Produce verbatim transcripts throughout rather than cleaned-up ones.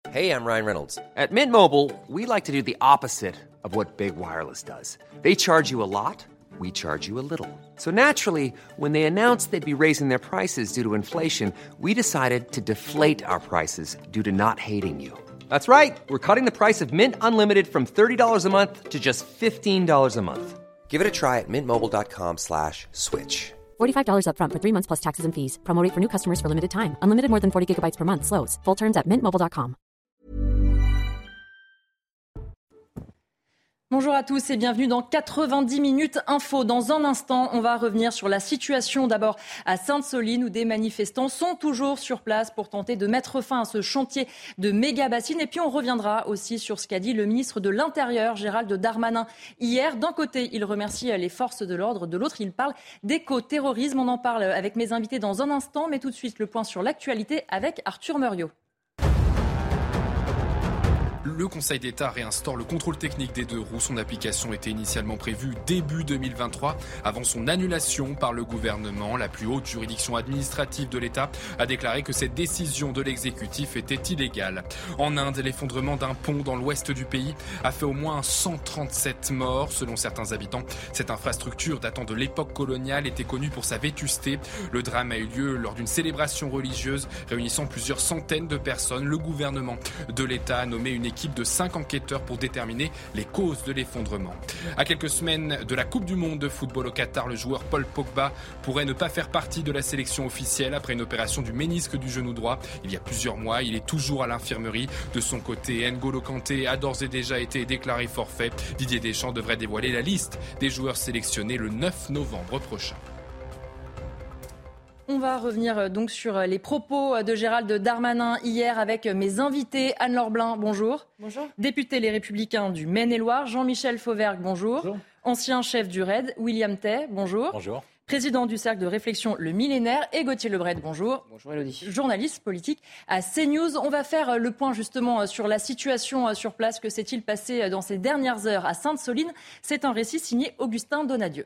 Hey, I'm Ryan Reynolds. At Mint Mobile, we like to do the opposite of what Big Wireless does. They charge you a lot, we charge you a little. So naturally, when they announced they'd be raising their prices due to inflation, we decided to deflate our prices due to not hating you. That's right. We're cutting the price of Mint Unlimited from thirty dollars a month to just fifteen dollars a month. Give it a try at mintmobile.com slash switch. forty-five dollars up front for three months plus taxes and fees. Promo rate for new customers for limited time. Unlimited more than forty gigabytes per month. Slows full terms at mint mobile dot com. Bonjour à tous et bienvenue dans quatre-vingt-dix minutes info. Dans un instant, on va revenir sur la situation d'abord à Sainte-Soline où des manifestants sont toujours sur place pour tenter de mettre fin à ce chantier de méga-bassines. Et puis on reviendra aussi sur ce qu'a dit le ministre de l'Intérieur, Gérald Darmanin, hier. D'un côté, il remercie les forces de l'ordre, de l'autre, il parle d'éco-terrorisme. On en parle avec mes invités dans un instant, mais tout de suite le point sur l'actualité avec Arthur Muriot. Le Conseil d'État réinstaure le contrôle technique des deux roues. Son application était initialement prévue début deux mille vingt-trois. Avant son annulation par le gouvernement, la plus haute juridiction administrative de l'État a déclaré que cette décision de l'exécutif était illégale. En Inde, l'effondrement d'un pont dans l'ouest du pays a fait au moins cent trente-sept morts. Selon certains habitants, cette infrastructure datant de l'époque coloniale était connue pour sa vétusté. Le drame a eu lieu lors d'une célébration religieuse réunissant plusieurs centaines de personnes. Le gouvernement de l'État a nommé une équipe de cinq enquêteurs pour déterminer les causes de l'effondrement. À quelques semaines de la Coupe du Monde de football au Qatar, le joueur Paul Pogba pourrait ne pas faire partie de la sélection officielle après une opération du ménisque du genou droit. Il y a plusieurs mois, il est toujours à l'infirmerie. De son côté, N'Golo Kanté a d'ores et déjà été déclaré forfait. Didier Deschamps devrait dévoiler la liste des joueurs sélectionnés le neuf novembre prochain. On va revenir donc sur les propos de Gérald Darmanin hier avec mes invités. Anne-Laure Blin, bonjour. Bonjour. Député Les Républicains du Maine-et-Loire, Jean-Michel Fauvergue, bonjour. Bonjour. Ancien chef du R A I D, William Tay, bonjour. Bonjour. Président du Cercle de réflexion Le Millénaire et Gauthier Lebret, bonjour. Bonjour Élodie. Journaliste politique à CNews. On va faire le point justement sur la situation sur place. Que s'est-il passé dans ces dernières heures à Sainte-Soline ? C'est un récit signé Augustin Donadieu.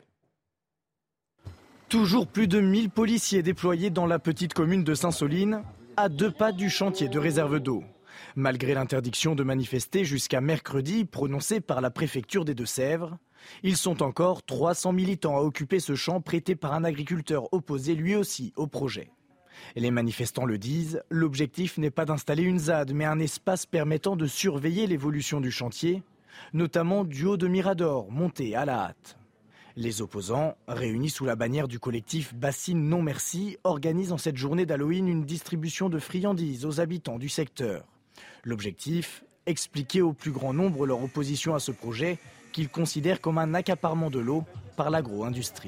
Toujours plus de mille policiers déployés dans la petite commune de Sainte-Soline, à deux pas du chantier de réserve d'eau. Malgré l'interdiction de manifester jusqu'à mercredi prononcée par la préfecture des Deux-Sèvres, ils sont encore trois cents militants à occuper ce champ prêté par un agriculteur opposé lui aussi au projet. Et les manifestants le disent, l'objectif n'est pas d'installer une ZAD, mais un espace permettant de surveiller l'évolution du chantier, notamment du haut de Mirador, monté à la hâte. Les opposants, réunis sous la bannière du collectif Bassines Non Merci, organisent en cette journée d'Halloween une distribution de friandises aux habitants du secteur. L'objectif, expliquer au plus grand nombre leur opposition à ce projet qu'ils considèrent comme un accaparement de l'eau par l'agro-industrie.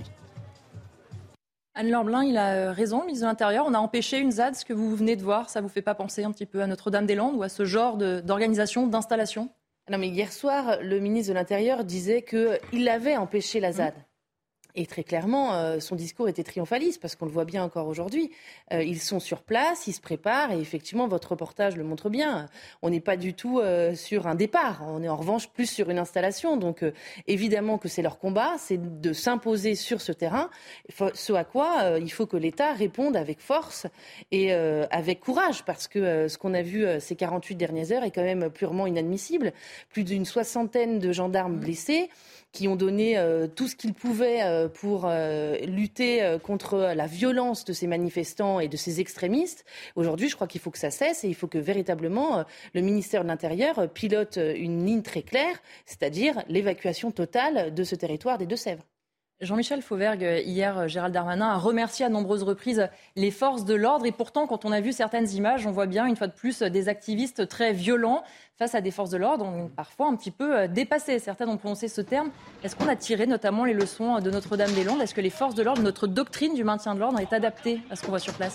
Anne-Laure Blin, il a raison, ministre de l'Intérieur. On a empêché une ZAD, ce que vous venez de voir, ça ne vous fait pas penser un petit peu à Notre-Dame-des-Landes ou à ce genre de, d'organisation, d'installation ? Non mais hier soir, le ministre de l'Intérieur disait qu'il avait empêché la ZAD. Et très clairement, euh, son discours était triomphaliste, parce qu'on le voit bien encore aujourd'hui. Euh, ils sont sur place, ils se préparent, et effectivement, votre reportage le montre bien. On n'est pas du tout euh, sur un départ, on est en revanche plus sur une installation. Donc euh, évidemment que c'est leur combat, c'est de s'imposer sur ce terrain, ce à quoi euh, il faut que l'État réponde avec force et euh, avec courage, parce que euh, ce qu'on a vu euh, ces quarante-huit dernières heures est quand même purement inadmissible. Plus d'une soixantaine de gendarmes blessés, qui ont donné euh, tout ce qu'ils pouvaient euh, pour euh, lutter euh, contre la violence de ces manifestants et de ces extrémistes. Aujourd'hui, je crois qu'il faut que ça cesse et il faut que véritablement euh, le ministère de l'Intérieur euh, pilote une ligne très claire, c'est-à-dire l'évacuation totale de ce territoire des Deux-Sèvres. Jean-Michel Fauvergue, hier, Gérald Darmanin a remercié à nombreuses reprises les forces de l'ordre. Et pourtant, quand on a vu certaines images, on voit bien, une fois de plus, des activistes très violents face à des forces de l'ordre. On est parfois un petit peu dépassés. Certains ont prononcé ce terme. Est-ce qu'on a tiré notamment les leçons de Notre-Dame-des-Landes ? Est-ce que les forces de l'ordre, notre doctrine du maintien de l'ordre est adaptée à ce qu'on voit sur place ?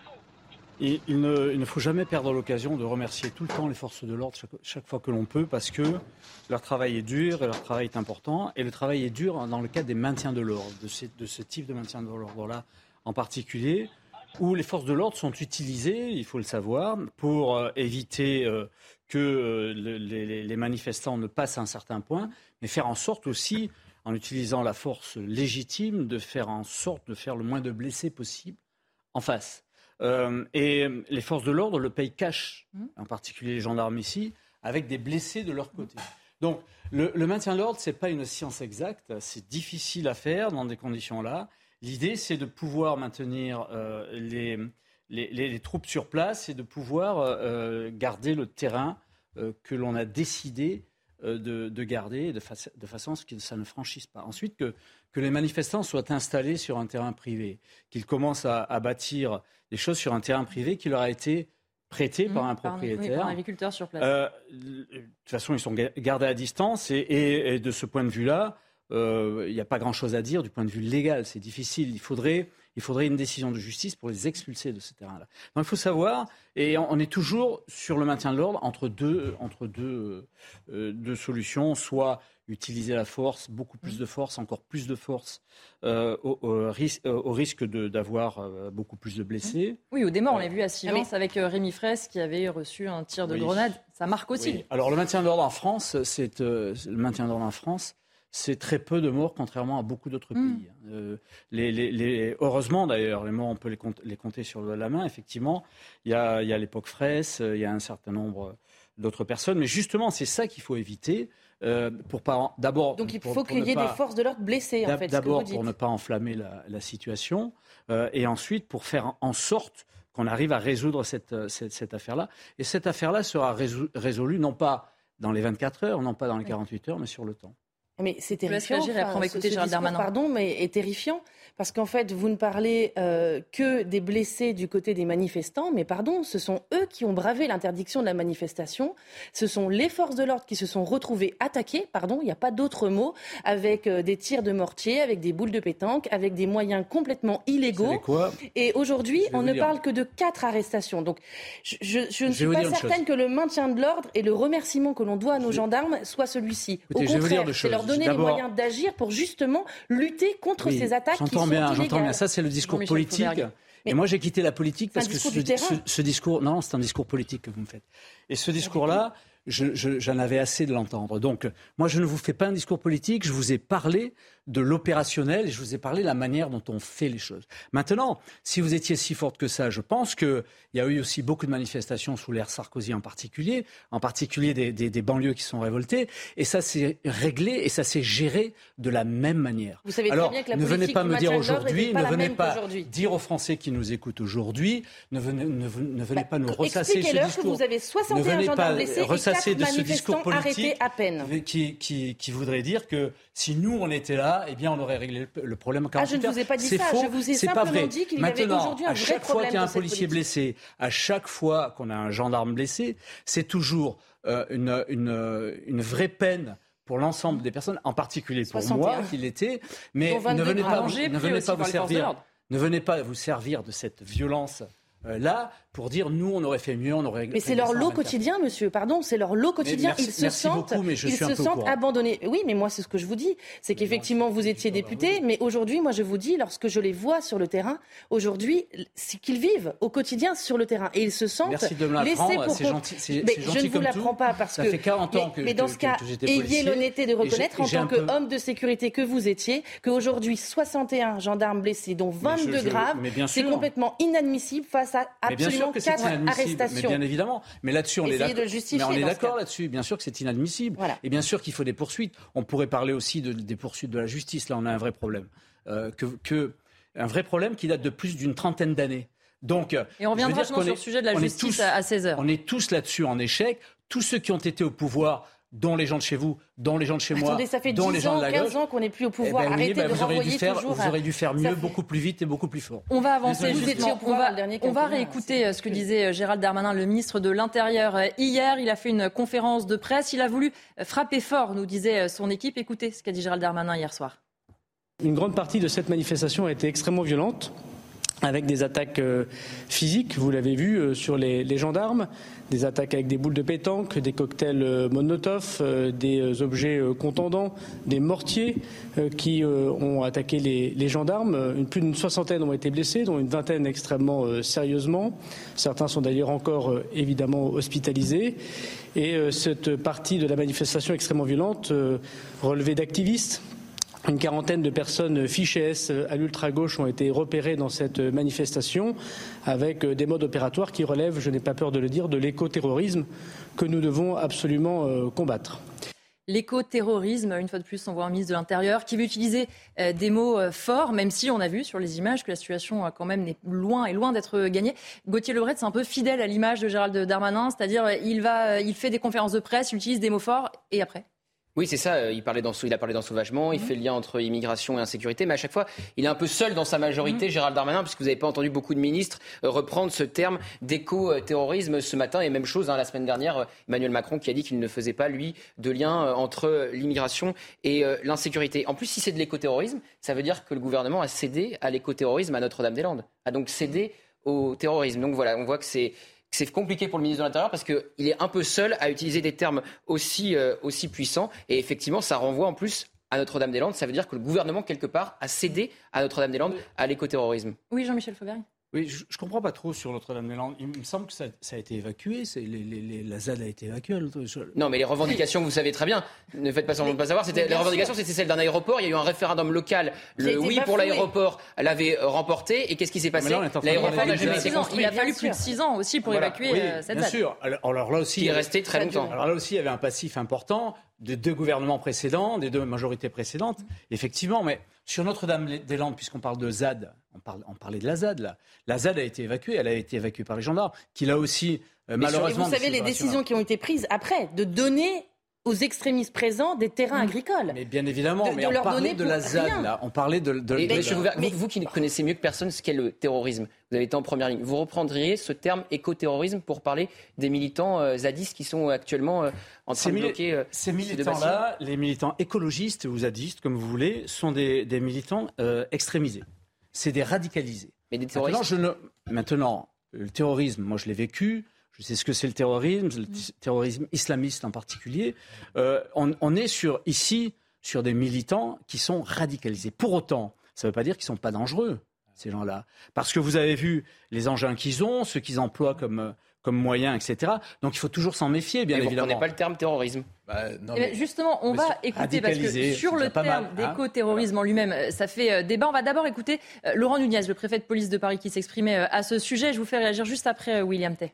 Et il, ne, il ne faut jamais perdre l'occasion de remercier tout le temps les forces de l'ordre chaque, chaque fois que l'on peut, parce que leur travail est dur et leur travail est important. Et le travail est dur dans le cadre des maintiens de l'ordre, de ce, de ce type de maintien de l'ordre-là en particulier, où les forces de l'ordre sont utilisées, il faut le savoir, pour euh, éviter euh, que euh, le, les, les manifestants ne passent à un certain point, mais faire en sorte aussi, en utilisant la force légitime, de faire en sorte de faire le moins de blessés possible en face. Euh, et les forces de l'ordre le payent cash, mmh. en particulier les gendarmes ici, avec des blessés de leur côté. Donc le, le maintien de l'ordre, ce n'est pas une science exacte, c'est difficile à faire dans des conditions-là. L'idée, c'est de pouvoir maintenir euh, les, les, les, les troupes sur place et de pouvoir euh, garder le terrain euh, que l'on a décidé euh, de, de garder de, fa- de façon à ce que ça ne franchisse pas. Ensuite, que, que les manifestants soient installés sur un terrain privé, qu'ils commencent à, à bâtir des choses sur un terrain privé qui leur a été prêté mmh, par un propriétaire. Par, oui, par un agriculteur sur place. Euh, de toute façon, ils sont gardés à distance et, et, et de ce point de vue-là, il euh, n'y a pas grand-chose à dire du point de vue légal. C'est difficile. Il faudrait, il faudrait une décision de justice pour les expulser de ce terrain-là. Donc il faut savoir, et on, on est toujours sur le maintien de l'ordre entre deux, entre deux, euh, deux solutions, soit utiliser la force, beaucoup plus de force, encore plus de force, euh, au, au, ris- au risque de, d'avoir euh, beaucoup plus de blessés. Oui, au démarre, on l'a vu à Sivens avec euh, Rémi Fraisse qui avait reçu un tir de oui. grenade. Ça marque aussi. Oui. Alors le maintien de l'ordre en France, c'est euh, le maintien de l'ordre en France. C'est très peu de morts, contrairement à beaucoup d'autres mmh. pays. Euh, les, les, les, heureusement, d'ailleurs, les morts, on peut les compter, les compter sur la main, effectivement. Il y a, il y a l'époque Fraisse, il y a un certain nombre d'autres personnes. Mais justement, c'est ça qu'il faut éviter. Euh, pour pas, d'abord, Donc il pour, faut pour qu'il y ait pas, des forces de l'ordre blessées, en fait. D'abord, ce que vous pour ne pas enflammer la, la situation. Euh, et ensuite, pour faire en sorte qu'on arrive à résoudre cette, cette, cette affaire-là. Et cette affaire-là sera résol- résolue, non pas dans les vingt-quatre heures, non pas dans les quarante-huit heures, mais sur le temps. Mais c'est terrifiant. Enfin, après, on va écouter Gérald Darmanin. Pardon, mais est terrifiant parce qu'en fait, vous ne parlez euh, que des blessés du côté des manifestants, mais pardon, ce sont eux qui ont bravé l'interdiction de la manifestation. Ce sont les forces de l'ordre qui se sont retrouvées attaquées, pardon, il n'y a pas d'autre mot, avec euh, des tirs de mortier, avec des boules de pétanque, avec des moyens complètement illégaux. Quoi Et aujourd'hui, on ne dire. parle que de quatre arrestations. Donc, je, je, je ne je suis pas certaine que le maintien de l'ordre et le remerciement que l'on doit à nos je... gendarmes soit celui-ci. Écoutez, Au contraire, c'est leur donner D'abord... les moyens d'agir pour justement lutter contre oui, ces attaques qui sont bien, illégales. J'entends bien, ça c'est le discours politique. Mais et moi j'ai quitté la politique parce que ce, ce, ce discours, non, c'est un discours politique que vous me faites. Et ce discours-là, je, je, j'en avais assez de l'entendre. Donc moi je ne vous fais pas un discours politique, je vous ai parlé de l'opérationnel et je vous ai parlé de la manière dont on fait les choses. Maintenant, si vous étiez si forte que ça, je pense qu'il y a eu aussi beaucoup de manifestations sous l'ère Sarkozy en particulier, en particulier des, des, des banlieues qui sont révoltées, et ça s'est réglé et ça s'est géré de la même manière. Vous savez Alors, très bien que la ne venez pas me dire aujourd'hui, pas ne venez pas dire aux Français qui nous écoutent aujourd'hui, ne venez, ne, ne venez bah, pas nous ressasser ce discours. Que vous avez soixante et un gendarmes blessés et quatre de ce discours politique à peine. Qui, qui, qui voudrait dire que si nous on était là, eh bien on aurait réglé le problème en quarante-huit heures. Ah, je ne vous ai pas dit c'est ça, faux, je vous ai c'est simplement pas vrai. dit qu'il y Maintenant, avait aujourd'hui un vrai problème. À chaque fois qu'il y a un policier politique. blessé, à chaque fois qu'on a un gendarme blessé, c'est toujours euh, une, une, une vraie peine pour l'ensemble des personnes, en particulier pour soixante et un. moi qui l'était. Mais ne venez pas, danger, ne venez pas vous servir, ne venez pas vous servir de cette violence. Euh, là, pour dire nous, on aurait fait mieux, on aurait. Mais c'est leur lot quotidien, monsieur. Pardon, c'est leur lot quotidien. Merci, ils se sentent, beaucoup, mais je ils suis se un peu sentent abandonnés. Oui, mais moi, c'est ce que je vous dis. C'est qu'effectivement, vous étiez député, mais aujourd'hui, moi, je vous dis, lorsque je les vois sur le terrain, aujourd'hui, c'est qu'ils vivent au quotidien sur le terrain et ils se sentent Merci de me laissés pour. C'est gentil, c'est, mais c'est je gentil ne vous l'apprends pas parce ça que. fait quarante ans que. Mais dans que, ce cas, que ayez l'honnêteté de reconnaître, en tant qu'homme de sécurité que vous étiez, qu'aujourd'hui, soixante et un gendarmes blessés, dont vingt-deux graves, c'est complètement inadmissible face à absolument quatre arrestations. Mais bien évidemment. Mais là-dessus, on Essayez est d'accord. De justifier mais on est d'accord cas. là-dessus. Bien sûr que c'est inadmissible. Voilà. Et bien sûr qu'il faut des poursuites. On pourrait parler aussi de, des poursuites de la justice. Là, on a un vrai problème. Euh, que, que, un vrai problème qui date de plus d'une trentaine d'années. Donc, et on reviendra sur le sujet de la justice tous, à seize heures. On est tous là-dessus en échec. Tous ceux qui ont été au pouvoir, dont les gens de chez vous, dont les gens de chez moi, Attendez, ça fait dont les gens ans, de la gauche, quinze ans qu'on n'est plus au pouvoir. Eh ben Arrêtez oui, bah, de vous auriez dû faire, toujours. Vous aurez dû faire mieux, fait... beaucoup plus vite et beaucoup plus fort. On va avancer vous justement. On va, on va réécouter ce que disait Gérald Darmanin, le ministre de l'Intérieur. Hier, il a fait une conférence de presse. Il a voulu frapper fort, nous disait son équipe. Écoutez ce qu'a dit Gérald Darmanin hier soir. Une grande partie de cette manifestation a été extrêmement violente, avec des attaques euh, physiques, vous l'avez vu, euh, sur les, les gendarmes, des attaques avec des boules de pétanque, des cocktails euh, Molotov, euh, des euh, objets euh, contondants, des mortiers euh, qui euh, ont attaqué les, les gendarmes. Une, plus d'une soixantaine ont été blessés, dont une vingtaine extrêmement euh, sérieusement. Certains sont d'ailleurs encore euh, évidemment hospitalisés. Et euh, cette partie de la manifestation extrêmement violente euh, relevait d'activistes, Une quarantaine de personnes fichées S à l'ultra-gauche ont été repérées dans cette manifestation avec des modes opératoires qui relèvent, je n'ai pas peur de le dire, de l'écoterrorisme que nous devons absolument combattre. L'écoterrorisme, une fois de plus, on voit un ministre de l'Intérieur qui veut utiliser euh, des mots euh, forts, même si on a vu sur les images que la situation euh, quand même est loin, est loin d'être gagnée. Gauthier Lebret, c'est un peu fidèle à l'image de Gérald Darmanin, c'est-à-dire euh, il va, euh, il fait des conférences de presse, il utilise des mots forts et après ? Oui, c'est ça. Il, parlait il a parlé d'ensauvagement, il mmh. fait le lien entre immigration et insécurité, mais à chaque fois, il est un peu seul dans sa majorité, mmh. Gérald Darmanin, puisque vous n'avez pas entendu beaucoup de ministres euh, reprendre ce terme d'éco-terrorisme ce matin. Et même chose, hein, la semaine dernière, Emmanuel Macron qui a dit qu'il ne faisait pas, lui, de lien euh, entre l'immigration et euh, l'insécurité. En plus, si c'est de l'éco-terrorisme, ça veut dire que le gouvernement a cédé à l'éco-terrorisme à Notre-Dame-des-Landes, a donc cédé au terrorisme. Donc voilà, on voit que c'est... C'est compliqué pour le ministre de l'Intérieur parce qu'il est un peu seul à utiliser des termes aussi, euh, aussi puissants. Et effectivement, ça renvoie en plus à Notre-Dame-des-Landes. Ça veut dire que le gouvernement, quelque part, a cédé à Notre-Dame-des-Landes à l'écoterrorisme. Oui, Jean-Michel Fauvergne. Oui, je ne comprends pas trop sur Notre-Dame-des-Landes. Il me semble que ça, ça a été évacué. C'est, les, les, les, la Z A D a été évacuée. Je... Non, mais les revendications, vous savez très bien. Ne faites pas semblant de ne pas savoir. C'était, les revendications, sûr. C'était celle d'un aéroport. Il y a eu un référendum local. Le oui pour l'aéroport l'avait remporté. Et qu'est-ce qui s'est passé? Là, l'aéroport n'a jamais été construit. Il a fallu plus de six ans aussi pour voilà. évacuer oui, euh, cette bien Z A D. Bien sûr. Alors là aussi, qui est resté très longtemps. Alors là aussi, il y avait un passif important des deux gouvernements précédents, des deux majorités précédentes. Effectivement, mais sur Notre-Dame-des-Landes, puisqu'on parle de Z A D, on, parle, on parlait de la Z A D, là. La Z A D a été évacuée, elle a été évacuée par les gendarmes, qui là aussi, euh, malheureusement... Et vous savez les décisions qui ont été prises après, de donner aux extrémistes présents des terrains mmh. agricoles. Mais bien évidemment, de, mais de on parlait de la Z A D, rien. Là. On parlait de... de, et, de, de de vous, mais... vous qui connaissez mieux que personne ce qu'est le terrorisme, vous avez été en première ligne, vous reprendriez ce terme éco-terrorisme pour parler des militants euh, zadistes qui sont actuellement euh, en train ces de bloquer... Euh, ces militants-là, les militants écologistes ou zadistes, comme vous voulez, sont des, des militants euh, extrémisés. C'est des radicalisés. Mais des terroristes. Maintenant, je ne... Maintenant, le terrorisme, moi je l'ai vécu... Je sais ce que c'est le terrorisme, le terrorisme islamiste en particulier. Euh, on, on est sur, ici sur des militants qui sont radicalisés. Pour autant, ça ne veut pas dire qu'ils ne sont pas dangereux, ces gens-là. Parce que vous avez vu les engins qu'ils ont, ceux qu'ils emploient comme, comme moyens, et cetera. Donc il faut toujours s'en méfier, bien mais évidemment. Vous ne comprenez pas le terme terrorisme. Bah, non, mais... Justement, on mais va écouter, parce que sur le terme mal, hein d'éco-terrorisme en lui-même, ça fait débat. On va d'abord écouter Laurent Nunez, le préfet de police de Paris, qui s'exprimait à ce sujet. Je vous fais réagir juste après William Tay.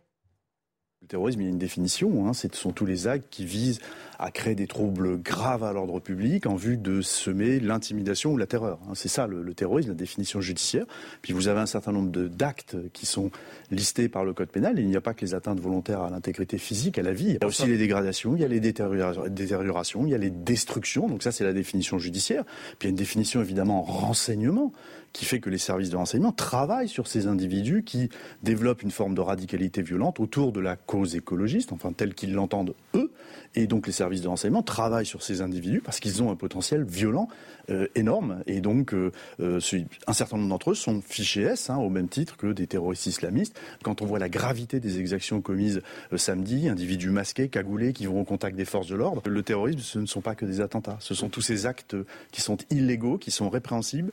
Le terrorisme, il y a une définition, hein, ce sont tous les actes qui visent à créer des troubles graves à l'ordre public en vue de semer l'intimidation ou la terreur. Hein. C'est ça le, le terrorisme, la définition judiciaire. Puis vous avez un certain nombre de, d'actes qui sont listés par le code pénal. Et il n'y a pas que les atteintes volontaires à l'intégrité physique, à la vie. Il y a aussi les dégradations, il y a les détériorations, il y a les destructions. Donc ça, c'est la définition judiciaire. Puis il y a une définition évidemment en renseignement, qui fait que les services de renseignement travaillent sur ces individus qui développent une forme de radicalité violente autour de la cause écologiste, enfin telle qu'ils l'entendent eux. Et donc les services de renseignement travaillent sur ces individus parce qu'ils ont un potentiel violent euh, énorme. Et donc euh, euh, un certain nombre d'entre eux sont fichés S, hein, au même titre que des terroristes islamistes. Quand on voit la gravité des exactions commises euh, samedi, individus masqués, cagoulés, qui vont au contact des forces de l'ordre, le terrorisme, ce ne sont pas que des attentats. Ce sont tous ces actes qui sont illégaux, qui sont répréhensibles.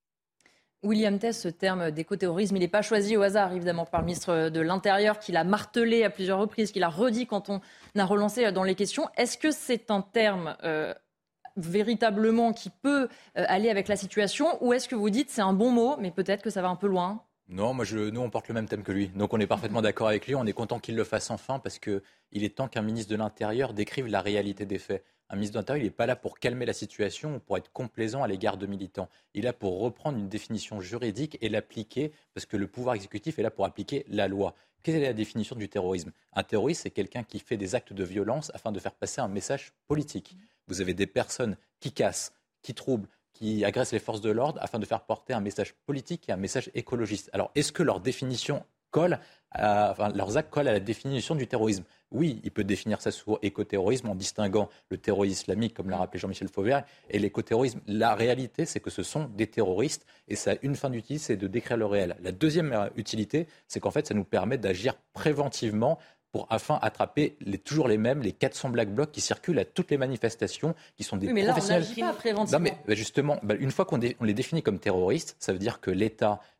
William Tay, ce terme d'éco-terrorisme, il n'est pas choisi au hasard, évidemment, par le ministre de l'Intérieur, qui l'a martelé à plusieurs reprises, qui l'a redit quand on a relancé dans les questions. Est-ce que c'est un terme euh, véritablement qui peut euh, aller avec la situation, ou est-ce que vous dites c'est un bon mot, mais peut-être que ça va un peu loin ? Non, moi je, nous on porte le même thème que lui, donc on est parfaitement d'accord avec lui, on est content qu'il le fasse enfin, parce qu'il est temps qu'un ministre de l'Intérieur décrive la réalité des faits. Un ministre de l'Intérieur, il n'est pas là pour calmer la situation ou pour être complaisant à l'égard de militants. Il est là pour reprendre une définition juridique et l'appliquer, parce que le pouvoir exécutif est là pour appliquer la loi. Quelle est la définition du terrorisme ? Un terroriste, c'est quelqu'un qui fait des actes de violence afin de faire passer un message politique. Vous avez des personnes qui cassent, qui troublent, qui agressent les forces de l'ordre afin de faire porter un message politique et un message écologiste. Alors, est-ce que leur définition colle à, enfin, leurs actes collent à la définition du terrorisme ? Oui, il peut définir ça sous écoterrorisme en distinguant le terrorisme islamique, comme l'a rappelé Jean-Michel Fauvergne, et l'écoterrorisme. La réalité, c'est que ce sont des terroristes et ça a une fin d'utilité, c'est de décrire le réel. La deuxième utilité, c'est qu'en fait, ça nous permet d'agir préventivement pour afin attraper les, toujours les mêmes, les quatre cents Black Blocs qui circulent à toutes les manifestations, qui sont des oui, mais professionnels. Là, on n'agit pas préventivement. Non, mais bah justement, bah, une fois qu'on dé, on les définit comme terroristes, ça veut dire que l'État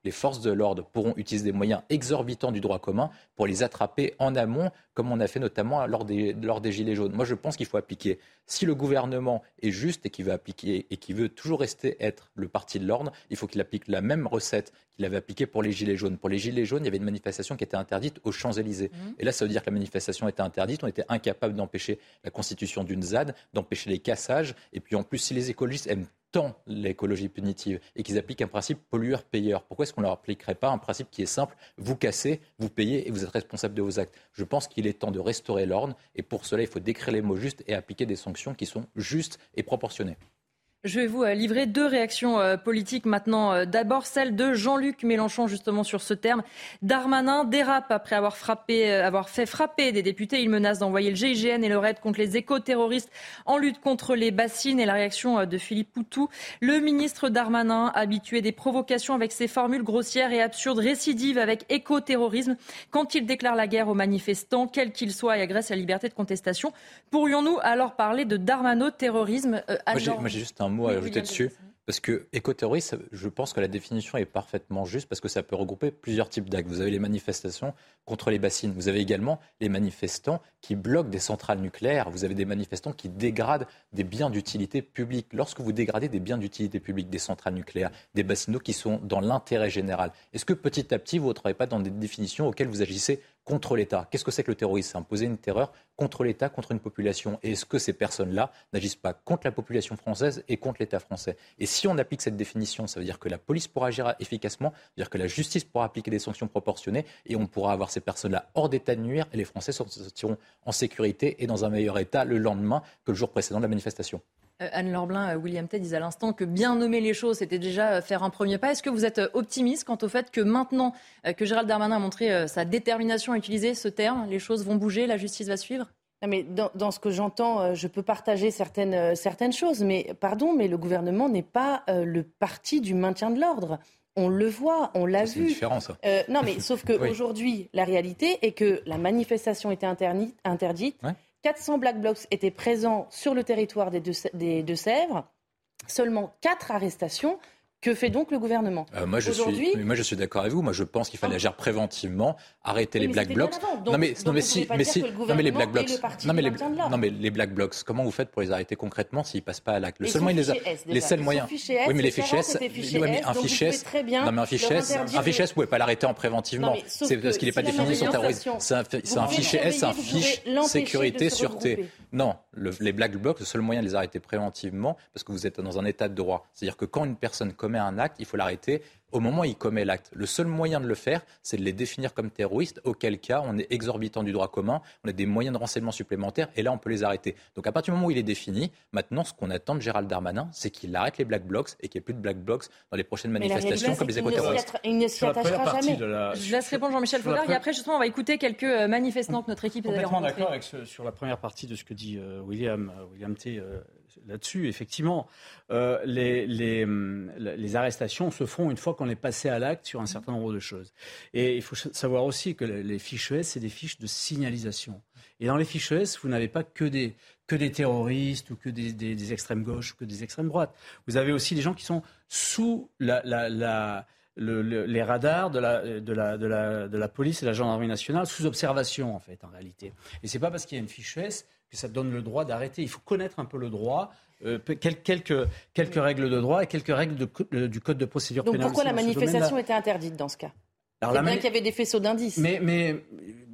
les forces de l'ordre pourront utiliser des moyens exorbitants du droit commun pour les attraper en amont, comme on a fait notamment lors des, lors des Gilets jaunes. Moi, je pense qu'il faut appliquer. Si le gouvernement est juste et qu'il veut appliquer et qu'il veut toujours rester être le parti de l'ordre, il faut qu'il applique la même recette qu'il avait appliquée pour les Gilets jaunes. Pour les Gilets jaunes, il y avait une manifestation qui était interdite aux Champs-Élysées. Mmh. Et là, ça veut dire que la manifestation était interdite. On était incapable d'empêcher la constitution d'une Z A D, d'empêcher les cassages. Et puis en plus, si les écologistes aiment tant l'écologie punitive et qu'ils appliquent un principe pollueur-payeur, pourquoi est-ce qu'on ne leur appliquerait pas un principe qui est simple, vous cassez, vous payez et vous êtes responsable de vos actes? Je pense qu'il est temps de restaurer l'ordre et pour cela, il faut décrire les mots justes et appliquer des sanctions qui sont justes et proportionnées. Je vais vous livrer deux réactions euh, politiques maintenant. Euh, d'abord, celle de Jean-Luc Mélenchon, justement sur ce terme. Darmanin dérape après avoir, frappé, euh, avoir fait frapper des députés. Il menace d'envoyer le G I G N et le R A I D contre les éco-terroristes en lutte contre les bassines. Et la réaction euh, de Philippe Poutou. Le ministre Darmanin, habitué des provocations avec ses formules grossières et absurdes, récidive avec éco-terrorisme quand il déclare la guerre aux manifestants, quels qu'ils soient, et agresse la liberté de contestation. Pourrions-nous alors parler de darmano-terrorisme euh, moi, j'ai, moi, j'ai juste un mot à ajouter dessus. Parce que écoterroriste, je pense que la définition est parfaitement juste parce que ça peut regrouper plusieurs types d'actes. Vous avez les manifestations contre les bassines. Vous avez également les manifestants qui bloquent des centrales nucléaires. Vous avez des manifestants qui dégradent des biens d'utilité publique. Lorsque vous dégradez des biens d'utilité publique, des centrales nucléaires, des bassinaux qui sont dans l'intérêt général, est-ce que petit à petit, vous ne travaillez pas dans des définitions auxquelles vous agissez contre l'État? Qu'est-ce que c'est que le terrorisme? C'est imposer une terreur contre l'État, contre une population. Et est-ce que ces personnes-là n'agissent pas contre la population française et contre l'État français? Et si on applique cette définition, ça veut dire que la police pourra agir efficacement, ça veut dire que la justice pourra appliquer des sanctions proportionnées et on pourra avoir ces personnes-là hors d'état de nuire et les Français sortiront en sécurité et dans un meilleur état le lendemain que le jour précédent de la manifestation. Euh, Anne Lorblin, euh, William Tay disent à l'instant que bien nommer les choses, c'était déjà euh, faire un premier pas. Est-ce que vous êtes euh, optimiste quant au fait que maintenant euh, que Gérald Darmanin a montré euh, sa détermination à utiliser ce terme, les choses vont bouger, la justice va suivre? Non, mais dans, dans ce que j'entends, euh, je peux partager certaines, euh, certaines choses, mais pardon, mais le gouvernement n'est pas euh, le parti du maintien de l'ordre. On le voit, on l'a c'est vu. C'est différent, ça. Euh, non, mais sauf qu'aujourd'hui, oui. La réalité est que la manifestation était interdite. interdite. Ouais. quatre cents Black Blocs étaient présents sur le territoire des Deux, des Deux-Sèvres. Seulement quatre arrestations. Que fait donc le gouvernement euh, moi, je suis, moi, je suis d'accord avec vous. Moi, je pense qu'il fallait agir préventivement, arrêter oui, les Black Blocs. Donc, non, mais, donc non, mais si, mais si, non, mais les Black Blocs. Non, mais les, non, mais les Black Blocs. Comment vous faites pour les arrêter concrètement s'ils passent pas à l'acte? Le seul moyen, les, a... S, les seuls moyens. S, oui, mais les fichiers S. Oui, mais un fichier S. Non, mais un fichier S. Un fichier S, vous pouvez pas l'arrêter en préventivement. C'est parce qu'il n'est pas défini sur terrorisme. C'est un fichier S, c'est un fiche sécurité, sûreté. Non, les Black Blocs, le seul moyen de les arrêter préventivement, parce que vous êtes dans un état de droit. C'est-à-dire que quand une personne commet un acte, il faut l'arrêter au moment où il commet l'acte. Le seul moyen de le faire, c'est de les définir comme terroristes, auquel cas on est exorbitant du droit commun, on a des moyens de renseignement supplémentaires et là on peut les arrêter. Donc à partir du moment où il est défini, maintenant ce qu'on attend de Gérald Darmanin, c'est qu'il arrête les Black Blocs et qu'il n'y ait plus de Black Blocs dans les prochaines manifestations comme les éco-terroristes. Il ne s'y attachera jamais. La... Je laisse répondre Jean-Michel Fauvergue pre... et après justement on va écouter quelques manifestants que notre équipe a rencontrés. Complètement d'accord avec ce, sur la première partie de ce que dit euh, William, euh, William T. Euh, là-dessus, effectivement, euh, les, les, les arrestations se font une fois qu'on est passé à l'acte sur un certain nombre de choses. Et il faut savoir aussi que les fiches S, c'est des fiches de signalisation. Et dans les fiches S, vous n'avez pas que des, que des terroristes ou que des, des, des extrêmes gauches ou que des extrêmes droites. Vous avez aussi des gens qui sont sous la... la, la Le, le, les radars de la, de, la, de, la, de la police et de la gendarmerie nationale sous observation, en fait, en réalité. Et c'est pas parce qu'il y a une fiche S que ça donne le droit d'arrêter. Il faut connaître un peu le droit, euh, quelques, quelques règles de droit et quelques règles de, de, du code de procédure pénale. Donc pourquoi la manifestation était interdite dans ce cas? Alors, c'est bien mani- qu'il y avait des faisceaux d'indices. Mais... mais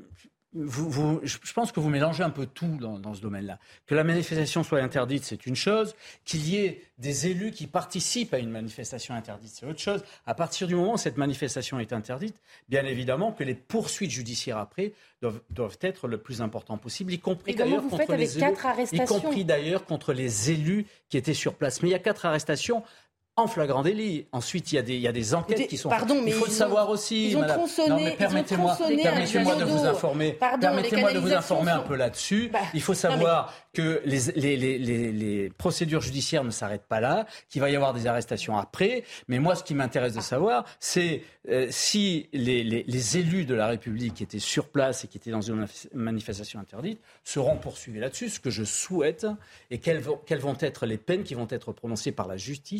Vous, vous, je pense que vous mélangez un peu tout dans, dans ce domaine-là. Que la manifestation soit interdite, c'est une chose. Qu'il y ait des élus qui participent à une manifestation interdite, c'est autre chose. À partir du moment où cette manifestation est interdite, bien évidemment que les poursuites judiciaires après doivent, doivent être le plus important possible, y compris, d'ailleurs contre, les élus, y compris d'ailleurs contre les élus qui étaient sur place. Mais il y a quatre arrestations en flagrant délit. Ensuite, il y a des, il y a des enquêtes Écoutez, qui sont pardon, faites. mais il faut le savoir aussi. Ils ont madame. tronçonné, non, mais permettez-moi, permettez-moi de vous informer. Pardon, permettez-moi de vous informer sont... un peu là-dessus. Bah, il faut savoir mais... que les, les, les, les, les procédures judiciaires ne s'arrêtent pas là, qu'il va y avoir des arrestations après. Mais moi, ce qui m'intéresse de savoir, c'est euh, si les, les, les élus de la République qui étaient sur place et qui étaient dans une manifestation interdite seront poursuivis là-dessus. Ce que je souhaite et quelles vont, quelles vont être les peines qui vont être prononcées par la justice,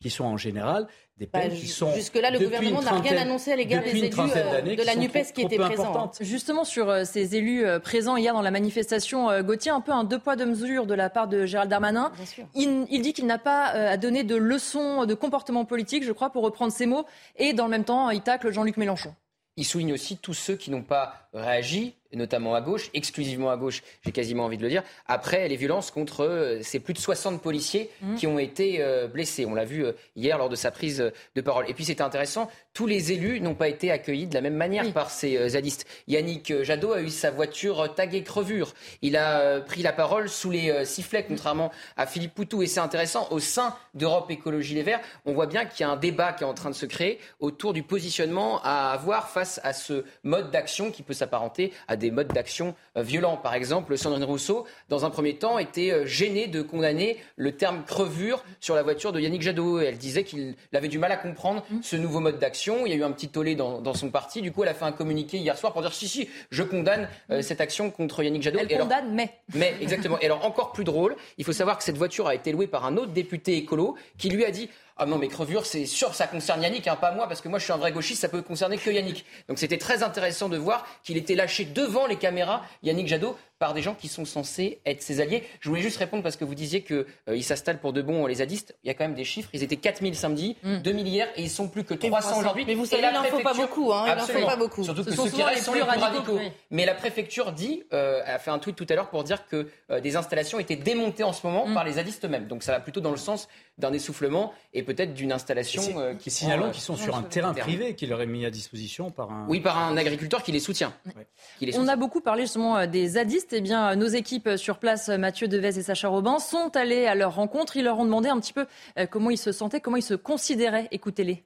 qui sont en général des peines bah, qui sont... Jusque-là, le gouvernement n'a rien annoncé à l'égard des élus euh, de la NUPES qui étaient présents. Justement, sur euh, ces élus euh, présents hier dans la manifestation, euh, Gauthier, un peu un deux poids deux mesures de la part de Gérald Darmanin. Il, il dit qu'il n'a pas euh, à donner de leçons de comportement politique, je crois, pour reprendre ses mots. Et dans le même temps, il tacle Jean-Luc Mélenchon. Il souligne aussi tous ceux qui n'ont pas réagi, notamment à gauche, exclusivement à gauche, j'ai quasiment envie de le dire, après les violences contre euh, ces plus de soixante policiers mmh. qui ont été euh, blessés. On l'a vu euh, hier lors de sa prise de parole. Et puis c'était intéressant, tous les élus n'ont pas été accueillis de la même manière oui. par ces euh, zadistes. Yannick Jadot a eu sa voiture euh, taguée crevure. Il a euh, pris la parole sous les euh, sifflets, contrairement à Philippe Poutou. Et c'est intéressant, au sein d'Europe Écologie Les Verts, on voit bien qu'il y a un débat qui est en train de se créer autour du positionnement à avoir face à ce mode d'action qui peut s'apparenter à des modes d'action euh, violents. Par exemple, Sandrine Rousseau, dans un premier temps, était euh, gênée de condamner le terme crevure sur la voiture de Yannick Jadot. Elle disait qu'il avait du mal à comprendre mmh. ce nouveau mode d'action. Il y a eu un petit tollé dans, dans son parti. Du coup, elle a fait un communiqué hier soir pour dire si, si, je condamne euh, cette action contre Yannick Jadot. Elle Et condamne, alors, mais... Mais, exactement. Et alors, encore plus drôle, il faut savoir que cette voiture a été louée par un autre député écolo qui lui a dit ah non, mais crevure, c'est sûr, ça concerne Yannick, hein, pas moi, parce que moi, je suis un vrai gauchiste, ça peut concerner que Yannick. Donc, c'était très intéressant de voir qu'il était lâché devant les caméras, Yannick Jadot, par des gens qui sont censés être ses alliés. Je voulais juste répondre parce que vous disiez qu'ils euh, s'installent pour de bon, les zadistes. Il y a quand même des chiffres. Ils étaient quatre mille samedi, mm. deux mille hier, et ils sont plus que trois cents aujourd'hui. Mais vous savez, il n'en faut pas beaucoup. Hein, il n'en faut pas beaucoup. Surtout que ceux qui restent sont les plus radicaux. Oui. Mais la préfecture dit, euh, a fait un tweet tout à l'heure pour dire que euh, des installations étaient démontées en ce moment mm. par les zadistes eux-mêmes. Donc ça va plutôt dans le sens d'un essoufflement et peut-être d'une installation euh, qui signalons euh, qu'ils sont sur un terrain privé qui leur est mis à disposition par un... Oui, par un agriculteur qui les soutient. Ouais. Qui les soutient. On a beaucoup parlé justement des zadistes. Eh bien, nos équipes sur place, Mathieu Devez et Sacha Robin, sont allés à leur rencontre. Ils leur ont demandé un petit peu comment ils se sentaient, comment ils se considéraient. Écoutez-les.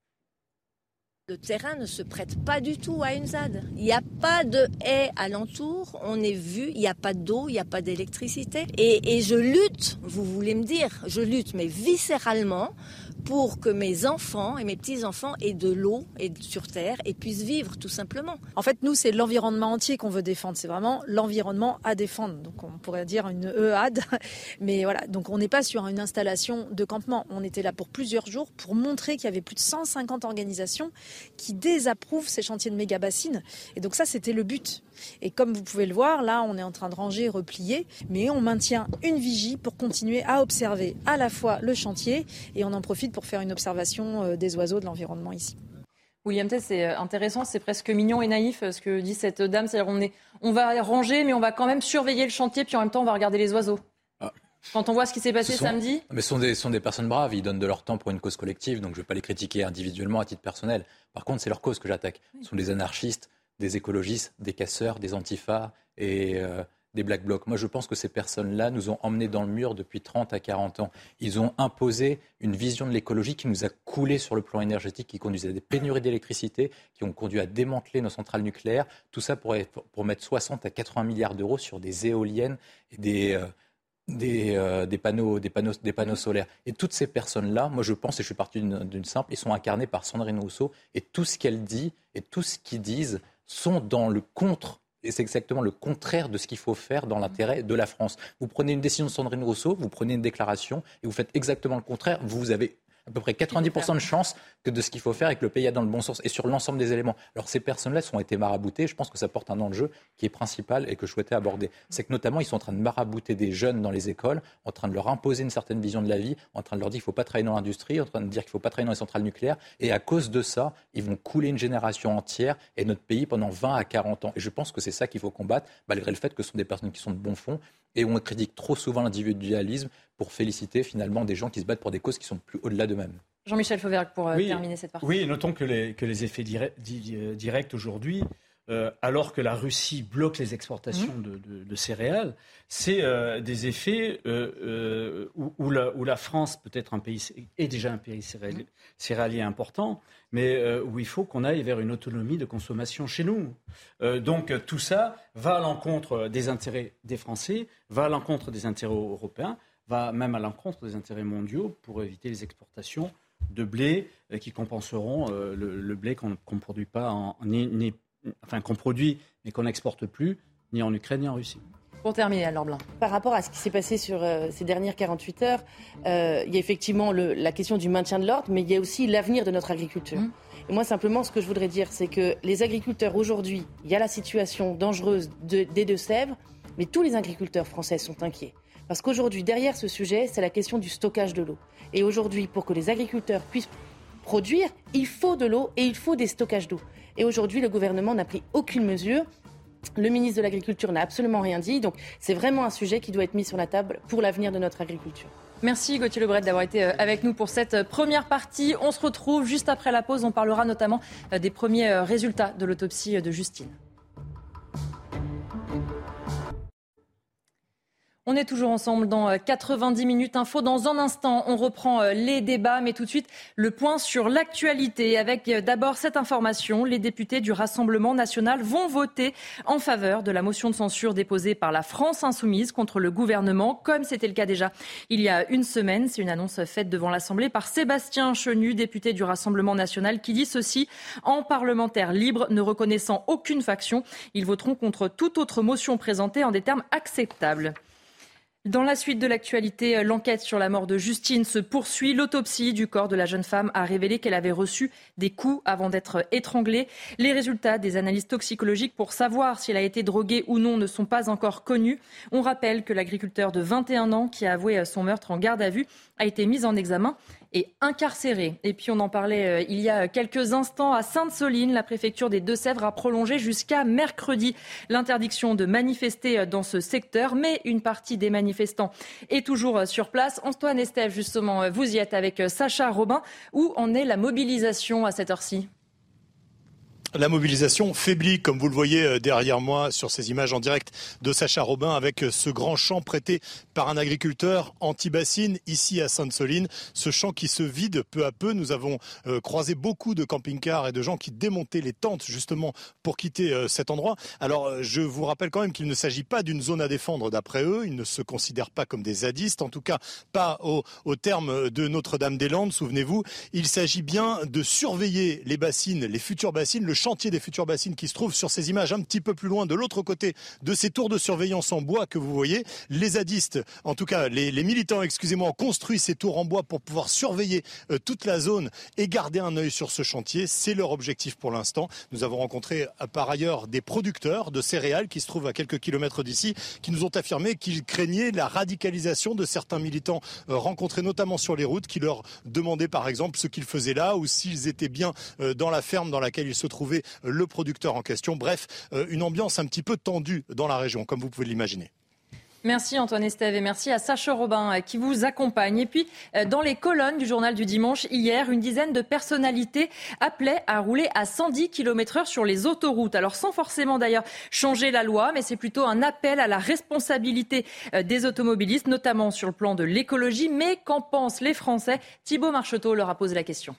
Le terrain ne se prête pas du tout à une ZAD. Il n'y a pas de haies alentour, on est vu, il n'y a pas d'eau, il n'y a pas d'électricité. Et, et je lutte, vous voulez me dire, je lutte, mais viscéralement, pour que mes enfants et mes petits-enfants aient de l'eau et sur terre et puissent vivre tout simplement. En fait, nous, c'est l'environnement entier qu'on veut défendre. C'est vraiment l'environnement à défendre. Donc, on pourrait dire une E A D. Mais voilà, donc on n'est pas sur une installation de campement. On était là pour plusieurs jours pour montrer qu'il y avait plus de cent cinquante organisations qui désapprouvent ces chantiers de méga-bassines. Et donc ça, c'était le but. Et comme vous pouvez le voir, là, on est en train de ranger, replier, mais on maintient une vigie pour continuer à observer à la fois le chantier et on en profite pour faire une observation des oiseaux de l'environnement ici. William Tess, c'est intéressant, c'est presque mignon et naïf ce que dit cette dame. C'est-à-dire on, est, on va ranger, mais on va quand même surveiller le chantier, puis en même temps, on va regarder les oiseaux. Ah. Quand on voit ce qui s'est passé sont, samedi. Mais ce sont, des, sont des personnes braves, ils donnent de leur temps pour une cause collective, donc je ne vais pas les critiquer individuellement à titre personnel. Par contre, c'est leur cause que j'attaque. Oui. Ce sont des anarchistes, des écologistes, des casseurs, des antifas et euh, des black blocs. Moi, je pense que ces personnes-là nous ont emmenés dans le mur depuis trente à quarante ans. Ils ont imposé une vision de l'écologie qui nous a coulé sur le plan énergétique, qui conduisait à des pénuries d'électricité, qui ont conduit à démanteler nos centrales nucléaires. Tout ça pour, pour mettre soixante à quatre-vingts milliards d'euros sur des éoliennes et des... Euh, Des, euh, des, panneaux, des, panneaux, des panneaux solaires. Et toutes ces personnes-là, moi je pense, et je suis parti d'une, d'une simple, ils sont incarnés par Sandrine Rousseau, et tout ce qu'elle dit, et tout ce qu'ils disent, sont dans le contre, et c'est exactement le contraire de ce qu'il faut faire dans l'intérêt de la France. Vous prenez une décision de Sandrine Rousseau, vous prenez une déclaration, et vous faites exactement le contraire, vous avez à peu près quatre-vingt-dix pour cent de chance que de ce qu'il faut faire et que le pays a dans le bon sens et sur l'ensemble des éléments. Alors ces personnes-là ont été maraboutées, je pense que ça porte un enjeu qui est principal et que je souhaitais aborder. C'est que notamment ils sont en train de marabouter des jeunes dans les écoles, en train de leur imposer une certaine vision de la vie, en train de leur dire qu'il ne faut pas travailler dans l'industrie, en train de dire qu'il ne faut pas travailler dans les centrales nucléaires et à cause de ça, ils vont couler une génération entière et notre pays pendant vingt à quarante ans. Et je pense que c'est ça qu'il faut combattre, malgré le fait que ce sont des personnes qui sont de bon fond et on critique trop souvent l'individualisme pour féliciter finalement des gens qui se battent pour des causes qui sont plus au-delà d'eux-mêmes. Jean-Michel Fauvergue pour oui, terminer cette partie. Oui, notons que les, que les effets directs, directs aujourd'hui, euh, alors que la Russie bloque les exportations mmh. de, de, de céréales, c'est euh, des effets euh, euh, où, où, la, où la France peut être un pays, est déjà un pays céréalier, céréalier important, mais euh, où il faut qu'on aille vers une autonomie de consommation chez nous. Euh, donc tout ça va à l'encontre des intérêts des Français, va à l'encontre des intérêts européens, va même à l'encontre des intérêts mondiaux pour éviter les exportations de blé euh, qui compenseront euh, le, le blé qu'on ne produit pas, en, ni, ni, enfin qu'on produit mais qu'on n'exporte plus, ni en Ukraine ni en Russie. Pour terminer, Anne Blanc. Par rapport à ce qui s'est passé sur euh, ces dernières quarante-huit heures, euh, il y a effectivement le, la question du maintien de l'ordre, mais il y a aussi l'avenir de notre agriculture. Mmh. Et moi, simplement, ce que je voudrais dire, c'est que les agriculteurs, aujourd'hui, il y a la situation dangereuse de, des Deux-Sèvres, mais tous les agriculteurs français sont inquiets. Parce qu'aujourd'hui, derrière ce sujet, c'est la question du stockage de l'eau. Et aujourd'hui, pour que les agriculteurs puissent produire, il faut de l'eau et il faut des stockages d'eau. Et aujourd'hui, le gouvernement n'a pris aucune mesure. Le ministre de l'Agriculture n'a absolument rien dit. Donc, c'est vraiment un sujet qui doit être mis sur la table pour l'avenir de notre agriculture. Merci Gauthier Lebret d'avoir été avec nous pour cette première partie. On se retrouve juste après la pause. On parlera notamment des premiers résultats de l'autopsie de Justine. On est toujours ensemble dans quatre-vingt-dix minutes info. Dans un instant, on reprend les débats, mais tout de suite, le point sur l'actualité. Avec d'abord cette information, les députés du Rassemblement national vont voter en faveur de la motion de censure déposée par la France insoumise contre le gouvernement, comme c'était le cas déjà il y a une semaine. C'est une annonce faite devant l'Assemblée par Sébastien Chenu, député du Rassemblement national, qui dit ceci: en parlementaires libres ne reconnaissant aucune faction, ils voteront contre toute autre motion présentée en des termes acceptables. Dans la suite de l'actualité, l'enquête sur la mort de Justine se poursuit. L'autopsie du corps de la jeune femme a révélé qu'elle avait reçu des coups avant d'être étranglée. Les résultats des analyses toxicologiques pour savoir si elle a été droguée ou non ne sont pas encore connus. On rappelle que l'agriculteur de vingt et un ans qui a avoué son meurtre en garde à vue a été mis en examen et incarcéré. Et puis on en parlait euh, il y a quelques instants à Sainte-Soline. La préfecture des Deux-Sèvres a prolongé jusqu'à mercredi l'interdiction de manifester dans ce secteur. Mais une partie des manifestants est toujours sur place. Antoine Estève, justement, vous y êtes avec Sacha Robin. Où en est la mobilisation à cette heure-ci ? La mobilisation faiblit, comme vous le voyez derrière moi sur ces images en direct de Sacha Robin, avec ce grand champ prêté par un agriculteur anti-bassine ici à Sainte-Soline. Ce champ qui se vide peu à peu. Nous avons euh, croisé beaucoup de camping-cars et de gens qui démontaient les tentes justement pour quitter euh, cet endroit. Alors je vous rappelle quand même qu'il ne s'agit pas d'une zone à défendre d'après eux. Ils ne se considèrent pas comme des zadistes, en tout cas pas au, au terme de Notre-Dame-des-Landes, souvenez-vous. Il s'agit bien de surveiller les bassines, les futures bassines, le chantier des futures bassines qui se trouve sur ces images un petit peu plus loin de l'autre côté de ces tours de surveillance en bois que vous voyez. Les zadistes, en tout cas les, les militants, excusez-moi, ont construit ces tours en bois pour pouvoir surveiller euh, toute la zone et garder un œil sur ce chantier. C'est leur objectif pour l'instant. Nous avons rencontré euh, par ailleurs des producteurs de céréales qui se trouvent à quelques kilomètres d'ici, qui nous ont affirmé qu'ils craignaient la radicalisation de certains militants euh, rencontrés notamment sur les routes, qui leur demandaient par exemple ce qu'ils faisaient là ou s'ils étaient bien euh, dans la ferme dans laquelle ils se trouvaient le producteur en question. Bref, une ambiance un petit peu tendue dans la région, comme vous pouvez l'imaginer. Merci Antoine Estève et merci à Sacha Robin qui vous accompagne. Et puis, dans les colonnes du journal du dimanche, hier, une dizaine de personnalités appelaient à rouler à cent dix kilomètres heure sur les autoroutes. Alors, sans forcément d'ailleurs changer la loi, mais c'est plutôt un appel à la responsabilité des automobilistes, notamment sur le plan de l'écologie. Mais qu'en pensent les Français ? Thibaut Marcheteau leur a posé la question.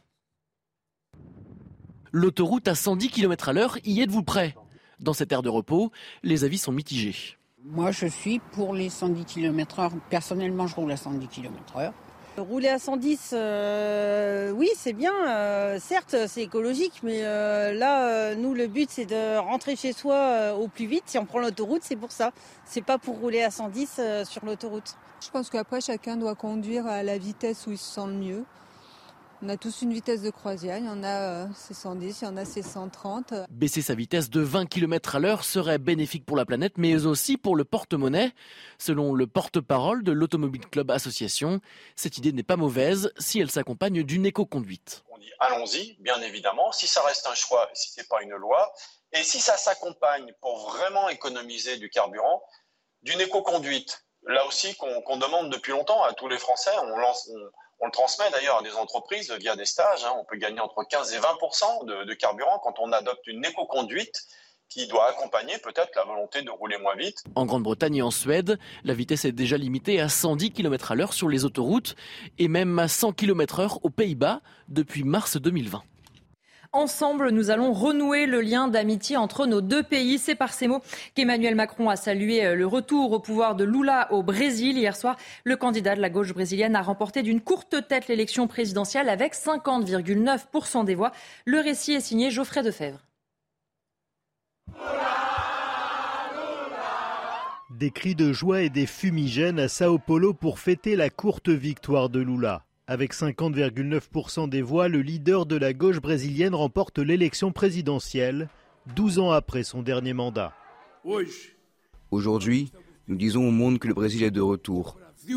L'autoroute à cent dix kilomètres à l'heure, y êtes-vous prêt ? Dans cette aire de repos, les avis sont mitigés. Moi, je suis pour les cent dix kilomètres heure. Personnellement, je roule à cent dix kilomètres heure. Rouler à cent dix, euh, oui, c'est bien. Euh, certes, c'est écologique, mais euh, là, euh, nous, le but, c'est de rentrer chez soi euh, au plus vite. Si on prend l'autoroute, c'est pour ça. C'est pas pour rouler à cent dix euh, sur l'autoroute. Je pense qu'après, chacun doit conduire à la vitesse où il se sent le mieux. On a tous une vitesse de croisière, il y en a c'est cent dix, il y en a c'est cent trente. Baisser sa vitesse de vingt kilomètres à l'heure serait bénéfique pour la planète, mais aussi pour le porte-monnaie. Selon le porte-parole de l'Automobile Club Association, cette idée n'est pas mauvaise si elle s'accompagne d'une éco-conduite. On dit allons-y, bien évidemment, si ça reste un choix, si ce n'est pas une loi, et si ça s'accompagne pour vraiment économiser du carburant, d'une éco-conduite. Là aussi qu'on, qu'on demande depuis longtemps à tous les Français, on lance... On, On le transmet d'ailleurs à des entreprises via des stages. Hein. On peut gagner entre quinze et vingt pour cent de, de carburant quand on adopte une éco-conduite qui doit accompagner peut-être la volonté de rouler moins vite. En Grande-Bretagne et en Suède, la vitesse est déjà limitée à cent dix kilomètres à l'heure sur les autoroutes et même à cent kilomètres heure aux Pays-Bas depuis mars deux mille vingt. Ensemble, nous allons renouer le lien d'amitié entre nos deux pays. C'est par ces mots qu'Emmanuel Macron a salué le retour au pouvoir de Lula au Brésil. Hier soir, le candidat de la gauche brésilienne a remporté d'une courte tête l'élection présidentielle avec cinquante virgule neuf pour cent des voix. Le récit est signé Geoffrey Defebvre. Des cris de joie et des fumigènes à Sao Paulo pour fêter la courte victoire de Lula. Avec cinquante virgule neuf pour cent des voix, le leader de la gauche brésilienne remporte l'élection présidentielle, douze ans après son dernier mandat. Aujourd'hui, nous disons au monde que le Brésil est de retour.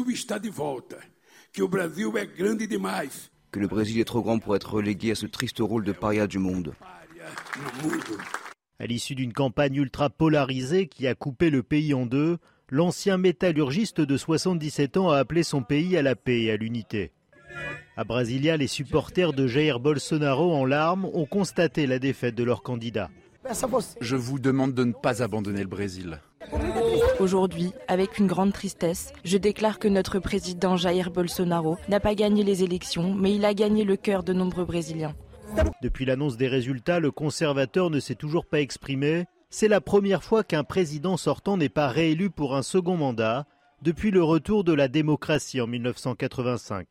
Que le Brésil est trop grand pour être relégué à ce triste rôle de paria du monde. À l'issue d'une campagne ultra polarisée qui a coupé le pays en deux, l'ancien métallurgiste de soixante-dix-sept ans a appelé son pays à la paix et à l'unité. À Brasilia, les supporters de Jair Bolsonaro en larmes ont constaté la défaite de leur candidat. Je vous demande de ne pas abandonner le Brésil. Aujourd'hui, avec une grande tristesse, je déclare que notre président Jair Bolsonaro n'a pas gagné les élections, mais il a gagné le cœur de nombreux Brésiliens. Depuis l'annonce des résultats, le conservateur ne s'est toujours pas exprimé. C'est la première fois qu'un président sortant n'est pas réélu pour un second mandat depuis le retour de la démocratie en mille neuf cent quatre-vingt-cinq.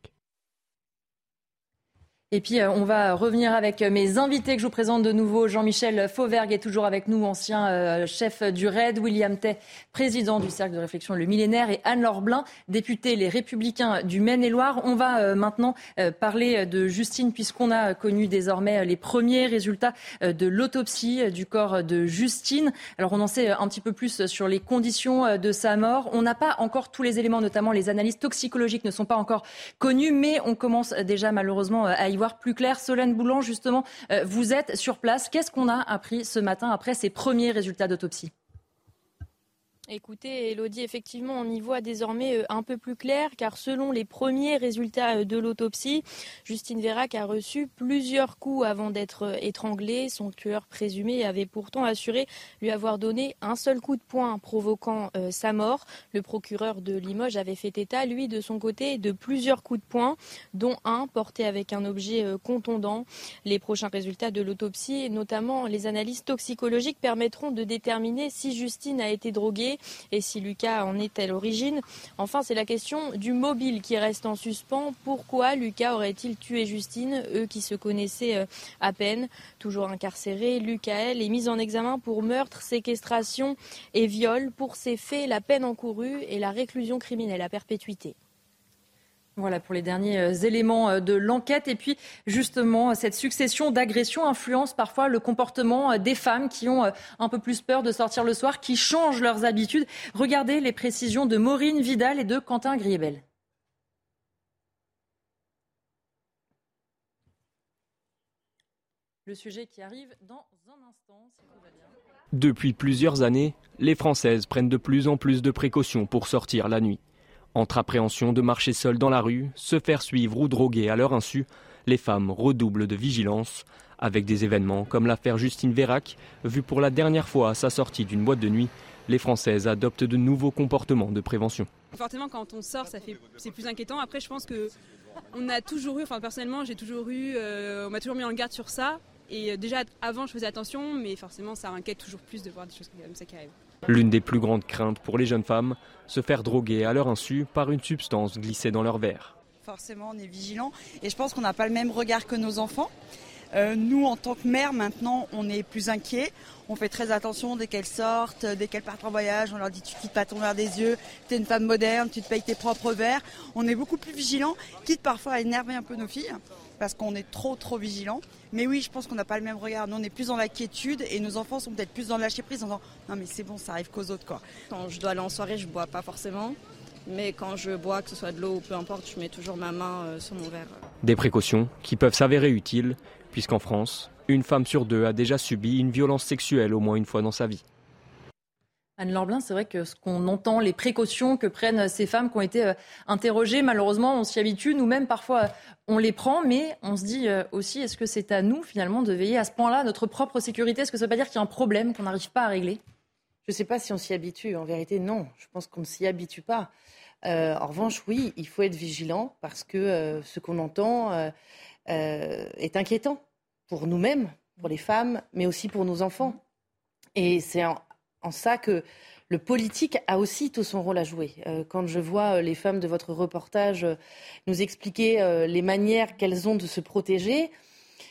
Et puis, euh, on va revenir avec mes invités que je vous présente de nouveau. Jean-Michel Fauvergue est toujours avec nous, ancien euh, chef du R A I D. William Tay, président du Cercle de réflexion Le Millénaire. Et Anne-Laure Blin, députée Les Républicains du Maine-et-Loire. On va euh, maintenant euh, parler de Justine, puisqu'on a connu désormais les premiers résultats euh, de l'autopsie euh, du corps de Justine. Alors, on en sait un petit peu plus sur les conditions euh, de sa mort. On n'a pas encore tous les éléments, notamment les analyses toxicologiques ne sont pas encore connues, mais on commence déjà malheureusement à y voir plus clair. Solène Boulan, justement, euh, vous êtes sur place. Qu'est-ce qu'on a appris ce matin après ces premiers résultats d'autopsie ? Écoutez, Élodie, effectivement, on y voit désormais un peu plus clair, car selon les premiers résultats de l'autopsie, Justine Vérac a reçu plusieurs coups avant d'être étranglée. Son tueur présumé avait pourtant assuré lui avoir donné un seul coup de poing provoquant euh, sa mort. Le procureur de Limoges avait fait état, lui, de son côté, de plusieurs coups de poing, dont un porté avec un objet euh, contondant. Les prochains résultats de l'autopsie, notamment les analyses toxicologiques, permettront de déterminer si Justine a été droguée et si Lucas en est à l'origine. Enfin, c'est la question du mobile qui reste en suspens. Pourquoi Lucas aurait-il tué Justine, eux qui se connaissaient à peine? Toujours incarcéré, Lucas, elle, est mis en examen pour meurtre, séquestration et viol. Pour ces faits, la peine encourue est la réclusion criminelle à perpétuité. Voilà pour les derniers éléments de l'enquête. Et puis, justement, cette succession d'agressions influence parfois le comportement des femmes qui ont un peu plus peur de sortir le soir, qui changent leurs habitudes. Regardez les précisions de Maureen Vidal et de Quentin Griebel. Le sujet qui arrive dans un instant, si tout va bien. Depuis plusieurs années, les Françaises prennent de plus en plus de précautions pour sortir la nuit. Entre appréhension de marcher seule dans la rue, se faire suivre ou droguer à leur insu, les femmes redoublent de vigilance. Avec des événements comme l'affaire Justine Vérac, vue pour la dernière fois à sa sortie d'une boîte de nuit, les Françaises adoptent de nouveaux comportements de prévention. Forcément, quand on sort, ça fait, c'est plus inquiétant. Après, je pense que on a toujours eu, enfin personnellement, j'ai toujours eu, euh, on m'a toujours mis en garde sur ça. Et déjà, avant, je faisais attention, mais forcément, ça inquiète toujours plus de voir des choses comme ça qui arrivent. L'une des plus grandes craintes pour les jeunes femmes, se faire droguer à leur insu par une substance glissée dans leur verre. Forcément, on est vigilant et je pense qu'on n'a pas le même regard que nos enfants. Euh, nous, en tant que mère, maintenant, on est plus inquiets. On fait très attention dès qu'elles sortent, dès qu'elles partent en voyage. On leur dit tu quittes pas ton verre des yeux, tu es une femme moderne, tu te payes tes propres verres. On est beaucoup plus vigilants, quitte parfois à énerver un peu nos filles, parce qu'on est trop, trop vigilants. Mais oui, je pense qu'on n'a pas le même regard. Nous, on est plus dans la quiétude et nos enfants sont peut-être plus dans le lâcher prise en disant non mais c'est bon, ça arrive qu'aux autres, quoi. Quand je dois aller en soirée, je bois pas forcément. Mais quand je bois, que ce soit de l'eau ou peu importe, je mets toujours ma main euh, sur mon verre. Des précautions qui peuvent s'avérer utiles, puisqu'en France, une femme sur deux a déjà subi une violence sexuelle au moins une fois dans sa vie. Anne-Laure Blin, c'est vrai que ce qu'on entend, les précautions que prennent ces femmes qui ont été euh, interrogées, malheureusement, on s'y habitue. Nous-mêmes, parfois, on les prend, mais on se dit euh, aussi, est-ce que c'est à nous, finalement, de veiller à ce point-là à notre propre sécurité? Est-ce que ça veut pas dire qu'il y a un problème qu'on n'arrive pas à régler? Je ne sais pas si on s'y habitue. En vérité, non. Je pense qu'on ne s'y habitue pas. Euh, en revanche, oui, il faut être vigilant parce que euh, ce qu'on entend euh, euh, est inquiétant pour nous-mêmes, pour les femmes, mais aussi pour nos enfants. Et c'est en, en ça que le politique a aussi tout son rôle à jouer. Euh, quand je vois les femmes de votre reportage euh, nous expliquer euh, les manières qu'elles ont de se protéger,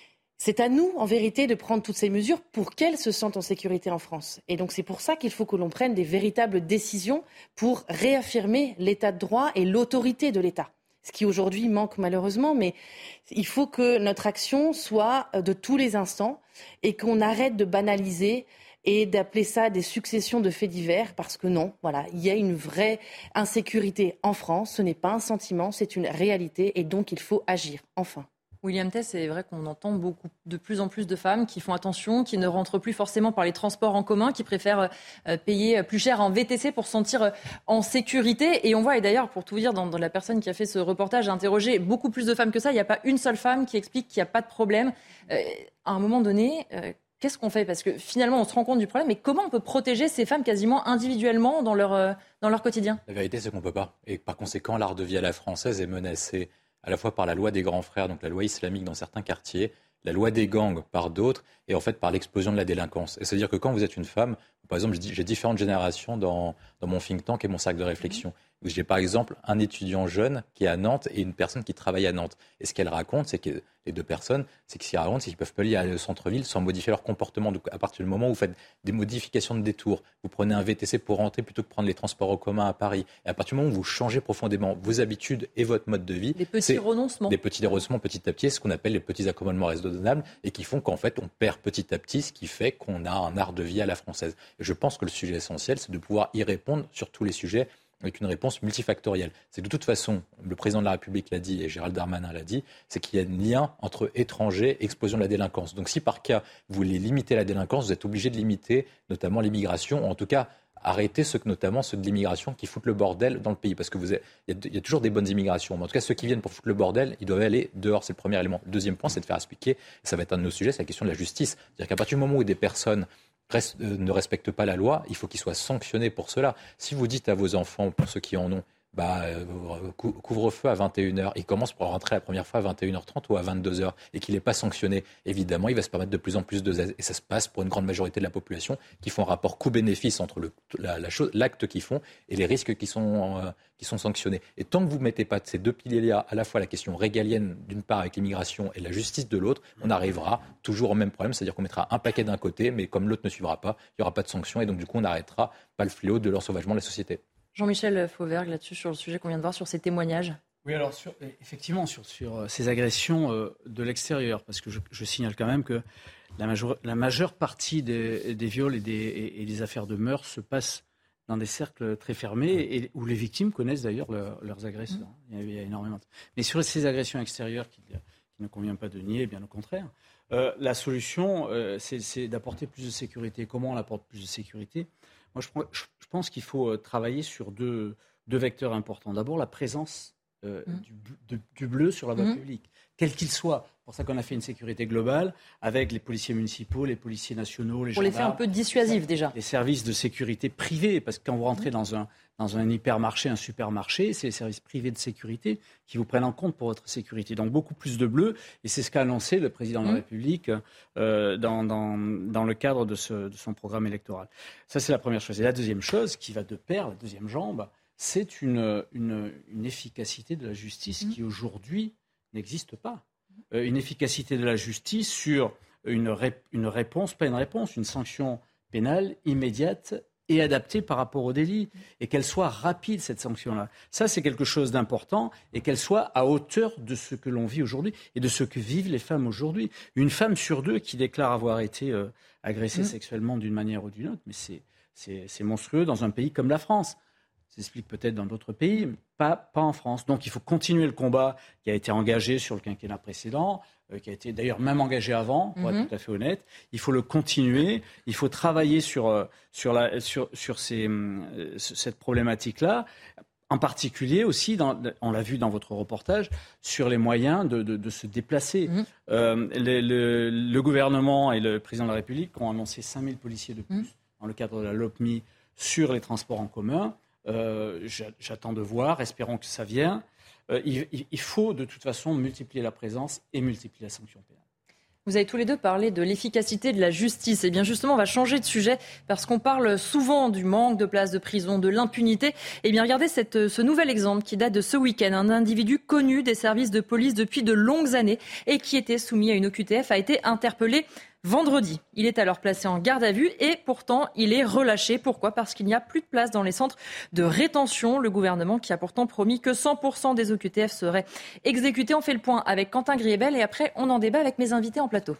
C'est à nous, en vérité, de prendre toutes ces mesures pour qu'elles se sentent en sécurité en France. Et donc c'est pour ça qu'il faut que l'on prenne des véritables décisions pour réaffirmer l'état de droit et l'autorité de l'État. Ce qui aujourd'hui manque malheureusement, mais il faut que notre action soit de tous les instants et qu'on arrête de banaliser et d'appeler ça des successions de faits divers, parce que non, voilà, il y a une vraie insécurité en France, ce n'est pas un sentiment, c'est une réalité et donc il faut agir, enfin. William Thès, c'est vrai qu'on entend beaucoup, de plus en plus de femmes qui font attention, qui ne rentrent plus forcément par les transports en commun, qui préfèrent euh, payer plus cher en V T C pour se sentir euh, en sécurité. Et on voit, et d'ailleurs, pour tout vous dire, dans, dans la personne qui a fait ce reportage, a interrogé beaucoup plus de femmes que ça. Il n'y a pas une seule femme qui explique qu'il n'y a pas de problème. Euh, à un moment donné, euh, qu'est-ce qu'on fait ? Parce que finalement, on se rend compte du problème. Mais comment on peut protéger ces femmes quasiment individuellement dans leur, euh, dans leur quotidien ? La vérité, c'est qu'on ne peut pas. Et par conséquent, l'art de vie à la française est menacé à la fois par la loi des grands frères, donc la loi islamique dans certains quartiers, la loi des gangs par d'autres, et en fait par l'explosion de la délinquance. Et c'est-à-dire que quand vous êtes une femme, par exemple, j'ai différentes générations dans, dans mon think tank et mon cercle de réflexion. J'ai par exemple un étudiant jeune qui est à Nantes et une personne qui travaille à Nantes. Et ce qu'elle raconte, c'est que les deux personnes, c'est que ce qu'elles racontent, c'est qu'ils peuvent pas aller à le centre-ville sans modifier leur comportement. Donc à partir du moment où vous faites des modifications de détour, vous prenez un V T C pour rentrer plutôt que prendre les transports en commun à Paris, et à partir du moment où vous changez profondément vos habitudes et votre mode de vie, des petits renoncements, des petits renoncements petit à petit, ce qu'on appelle les petits accommodements raisonnables, et qui font qu'en fait on perd petit à petit, ce qui fait qu'on a un art de vie à la française. Et je pense que le sujet essentiel, c'est de pouvoir y répondre sur tous les sujets avec une réponse multifactorielle. C'est que de toute façon, le président de la République l'a dit et Gérald Darmanin l'a dit, c'est qu'il y a un lien entre étrangers et explosion de la délinquance. Donc si par cas, vous voulez limiter la délinquance, vous êtes obligé de limiter notamment l'immigration, ou en tout cas arrêter ceux, notamment ceux de l'immigration qui foutent le bordel dans le pays. Parce qu'il y, y a toujours des bonnes immigrations, mais en tout cas ceux qui viennent pour foutre le bordel, ils doivent aller dehors, c'est le premier élément. Le deuxième point, c'est de faire expliquer, et ça va être un de nos sujets, c'est la question de la justice. C'est-à-dire qu'à partir du moment où des personnes Reste, euh, ne respectent pas la loi, il faut qu'ils soient sanctionnés pour cela. Si vous dites à vos enfants, pour ceux qui en ont, bah, euh, couvre-feu à vingt et une heures, il commence pour rentrer la première fois à vingt et une heures trente ou à vingt-deux heures, et qu'il n'est pas sanctionné, évidemment, il va se permettre de plus en plus de aides. Et ça se passe pour une grande majorité de la population qui font un rapport coût-bénéfice entre le, la, la chose, l'acte qu'ils font et les risques qui sont, euh, qui sont sanctionnés. Et tant que vous ne mettez pas de ces deux piliers-là, à la fois la question régalienne d'une part avec l'immigration et la justice de l'autre, on arrivera toujours au même problème, c'est-à-dire qu'on mettra un paquet d'un côté, mais comme l'autre ne suivra pas, il n'y aura pas de sanctions, et donc du coup on n'arrêtera pas le fléau de l'ensauvagement de la société. Jean-Michel Fauvergue, là-dessus, sur le sujet qu'on vient de voir, sur ces témoignages. Oui, alors sur, effectivement, sur, sur ces agressions euh, de l'extérieur, parce que je, je signale quand même que la, major, la majeure partie des, des viols et des, et, et des affaires de meurtre se passent dans des cercles très fermés, et où les victimes connaissent d'ailleurs leur, leurs agresseurs. Mmh. Il, y a, il y a énormément. Mais sur ces agressions extérieures qui, qui ne convient pas de nier, bien au contraire, euh, la solution, euh, c'est, c'est d'apporter plus de sécurité. Comment on apporte plus de sécurité ? Moi, je, je pense qu'il faut travailler sur deux, deux vecteurs importants. D'abord, la présence euh, mmh. du, de, du bleu sur la voie mmh. publique, quel qu'il soit. C'est pour ça qu'on a fait une sécurité globale avec les policiers municipaux, les policiers nationaux, les pour gendarmes. Pour les faire un peu dissuasifs déjà. Les services de sécurité privés, parce que quand vous rentrez mmh. dans un, dans un hypermarché, un supermarché, c'est les services privés de sécurité qui vous prennent en compte pour votre sécurité. Donc beaucoup plus de bleu, et c'est ce qu'a annoncé le président de la mmh. République euh, dans, dans, dans le cadre de, ce, de son programme électoral. Ça, c'est la première chose. Et la deuxième chose, qui va de pair, la deuxième jambe, c'est une, une, une efficacité de la justice mmh. qui aujourd'hui n'existe pas. Euh, une efficacité de la justice sur une, ré, une réponse, pas une réponse, une sanction pénale immédiate et adaptée par rapport au délit, et qu'elle soit rapide, cette sanction-là. Ça, c'est quelque chose d'important, et qu'elle soit à hauteur de ce que l'on vit aujourd'hui et de ce que vivent les femmes aujourd'hui. Une femme sur deux qui déclare avoir été euh, agressée mmh. sexuellement d'une manière ou d'une autre, mais c'est, c'est, c'est monstrueux dans un pays comme la France. Ça s'explique peut-être dans d'autres pays, mais pas, pas en France. Donc il faut continuer le combat qui a été engagé sur le quinquennat précédent, euh, qui a été d'ailleurs même engagé avant, pour mm-hmm. être tout à fait honnête. Il faut le continuer, il faut travailler sur, euh, sur, la, sur, sur ces, euh, cette problématique-là. En particulier aussi, dans, on l'a vu dans votre reportage, sur les moyens de, de, de se déplacer. Mmh. Euh, le, le, le gouvernement et le président de la République ont annoncé cinq mille policiers de plus mmh. dans le cadre de la LOPMI sur les transports en commun. Euh, j'attends de voir, espérons que ça vienne. Euh, il, il faut de toute façon multiplier la présence et multiplier la sanction pénale. Vous avez tous les deux parlé de l'efficacité de la justice. Et bien justement, on va changer de sujet parce qu'on parle souvent du manque de places de prison, de l'impunité. Et bien regardez cette, ce nouvel exemple qui date de ce week-end. Un individu connu des services de police depuis de longues années et qui était soumis à une O Q T F a été interpellé vendredi. Il est alors placé en garde à vue et pourtant il est relâché. Pourquoi ? Parce qu'il n'y a plus de place dans les centres de rétention. Le gouvernement qui a pourtant promis que cent pour cent des O Q T F seraient exécutés. On fait le point avec Quentin Griebel et après on en débat avec mes invités en plateau.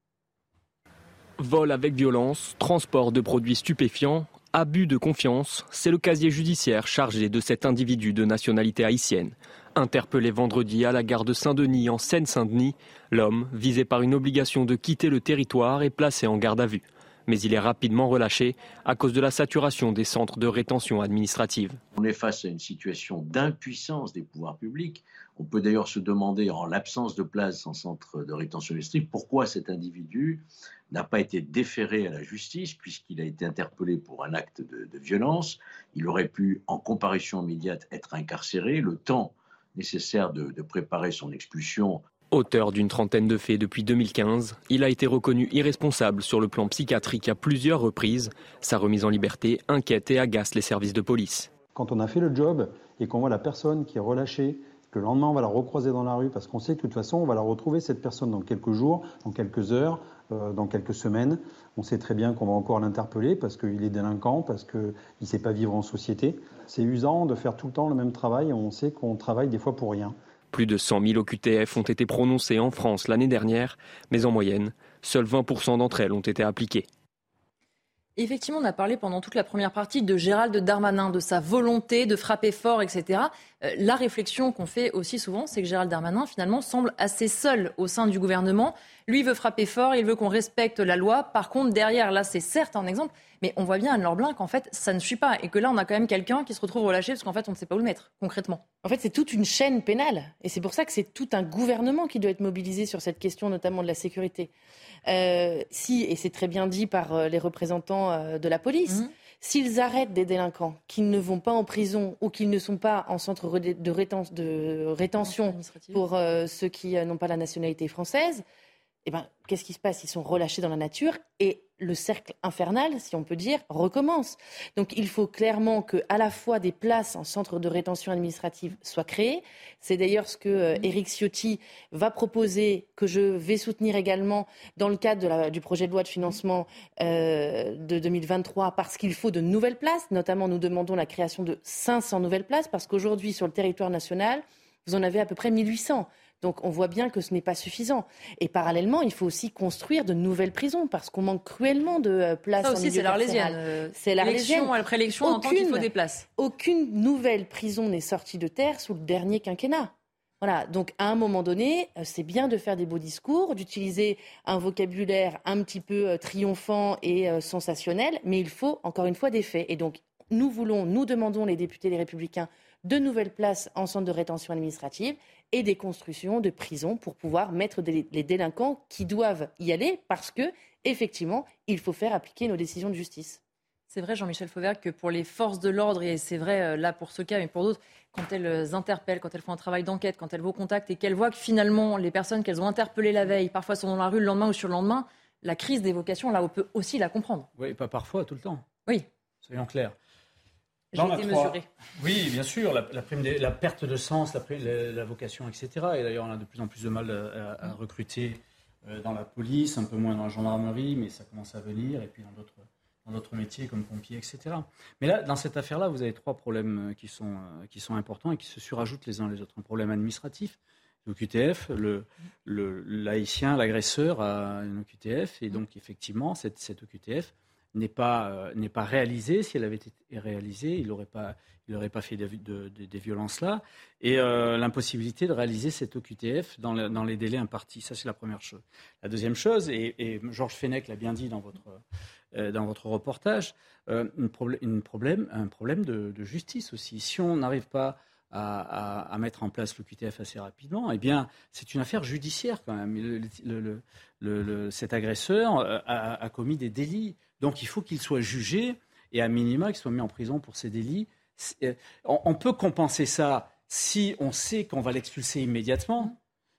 Vol avec violence, transport de produits stupéfiants, abus de confiance, c'est le casier judiciaire chargé de cet individu de nationalité haïtienne. Interpellé vendredi à la gare de Saint-Denis en Seine-Saint-Denis, l'homme, visé par une obligation de quitter le territoire, est placé en garde à vue. Mais il est rapidement relâché à cause de la saturation des centres de rétention administrative. On est face à une situation d'impuissance des pouvoirs publics. On peut d'ailleurs se demander, en l'absence de place en centre de rétention administrative, pourquoi cet individu n'a pas été déféré à la justice puisqu'il a été interpellé pour un acte de, de violence. Il aurait pu, en comparution immédiate, être incarcéré. Le temps nécessaire de, de préparer son expulsion. Auteur d'une trentaine de faits depuis deux mille quinze, il a été reconnu irresponsable sur le plan psychiatrique à plusieurs reprises. Sa remise en liberté inquiète et agace les services de police. Quand on a fait le job et qu'on voit la personne qui est relâchée, que le lendemain on va la recroiser dans la rue parce qu'on sait que de toute façon on va la retrouver cette personne dans quelques jours, dans quelques heures, euh, dans quelques semaines. On sait très bien qu'on va encore l'interpeller parce qu'il est délinquant, parce qu'il ne sait pas vivre en société. C'est usant de faire tout le temps le même travail et on sait qu'on travaille des fois pour rien. Plus de cent mille O Q T F ont été prononcées en France l'année dernière, mais en moyenne, seuls vingt pour cent d'entre elles ont été appliquées. Effectivement, on a parlé pendant toute la première partie de Gérald Darmanin, de sa volonté de frapper fort, et cetera. Euh, la réflexion qu'on fait aussi souvent, c'est que Gérald Darmanin, finalement, semble assez seul au sein du gouvernement. Lui veut frapper fort, il veut qu'on respecte la loi. Par contre, derrière, là, c'est certes un exemple, mais on voit bien, Anne-Laure Blin, qu'en fait, ça ne suit pas. Et que là, on a quand même quelqu'un qui se retrouve relâché parce qu'en fait, on ne sait pas où le mettre, concrètement. En fait, c'est toute une chaîne pénale. Et c'est pour ça que c'est tout un gouvernement qui doit être mobilisé sur cette question, notamment de la sécurité. Euh, si, et c'est très bien dit par euh, les représentants euh, de la police, mmh. s'ils arrêtent des délinquants qui ne vont pas en prison ou qui ne sont pas en centre de, réten- de rétention pour euh, ceux qui euh, n'ont pas la nationalité française, eh ben, qu'est-ce qui se passe ? Ils sont relâchés dans la nature et le cercle infernal, si on peut dire, recommence. Donc il faut clairement qu'à la fois des places en centre de rétention administrative soient créées. C'est d'ailleurs ce que euh, Éric Ciotti va proposer, que je vais soutenir également dans le cadre de la, du projet de loi de financement euh, de deux mille vingt-trois, parce qu'il faut de nouvelles places. Notamment, nous demandons la création de cinq cents nouvelles places, parce qu'aujourd'hui, sur le territoire national, vous en avez à peu près mille huit cents. Donc on voit bien que ce n'est pas suffisant. Et parallèlement, il faut aussi construire de nouvelles prisons parce qu'on manque cruellement de places Ça en aussi, milieu c'est carcéral. l'Arlésienne. C'est l'Arlésienne. Élection après élection, on entend qu'il faut des places. Aucune nouvelle prison n'est sortie de terre sous le dernier quinquennat. Voilà, donc à un moment donné, c'est bien de faire des beaux discours, d'utiliser un vocabulaire un petit peu triomphant et sensationnel, mais il faut encore une fois des faits. Et donc nous voulons, nous demandons, les députés, les Républicains, de nouvelles places en centre de rétention administrative et des constructions de prisons pour pouvoir mettre des, les délinquants qui doivent y aller parce que, effectivement, il faut faire appliquer nos décisions de justice. C'est vrai, Jean-Michel Fauvergue, que pour les forces de l'ordre, et c'est vrai là pour ce cas, mais pour d'autres, quand elles interpellent, quand elles font un travail d'enquête, quand elles vont au contact et qu'elles voient que finalement les personnes qu'elles ont interpellées la veille, parfois sont dans la rue le lendemain ou sur le lendemain, la crise des vocations, là, on peut aussi la comprendre. Oui, pas parfois, tout le temps. Oui. Soyons clairs. J'ai été mesuré. Oui, bien sûr, la, la, prime des, la perte de sens, la, la, la vocation, et cetera. Et d'ailleurs, on a de plus en plus de mal à, à recruter euh, dans la police, un peu moins dans la gendarmerie, mais ça commence à venir, et puis dans d'autres, dans d'autres métiers comme pompiers, et cetera. Mais là, dans cette affaire-là, vous avez trois problèmes qui sont, qui sont importants et qui se surajoutent les uns les autres. Un problème administratif, l'O Q T F, le, le, l'haïtien, l'agresseur a une O Q T F, et donc effectivement, cette, cette O Q T F n'est pas, euh, n'est pas réalisée. Si elle avait été réalisée, il n'aurait pas, il n'aurait pas fait de, de, de, des violences-là. Et euh, l'impossibilité de réaliser cette O Q T F dans, le, dans les délais impartis. Ça, c'est la première chose. La deuxième chose, et, et Georges Fenech l'a bien dit dans votre, euh, dans votre reportage, euh, une problème, une problème, un problème de, de justice aussi. Si on n'arrive pas à, à, à mettre en place l'O Q T F assez rapidement, eh bien, c'est une affaire judiciaire quand même. Le, le, le, le, le, cet agresseur a, a commis des délits. Donc il faut qu'il soit jugé et à minima qu'il soit mis en prison pour ces délits. On peut compenser ça si on sait qu'on va l'expulser immédiatement.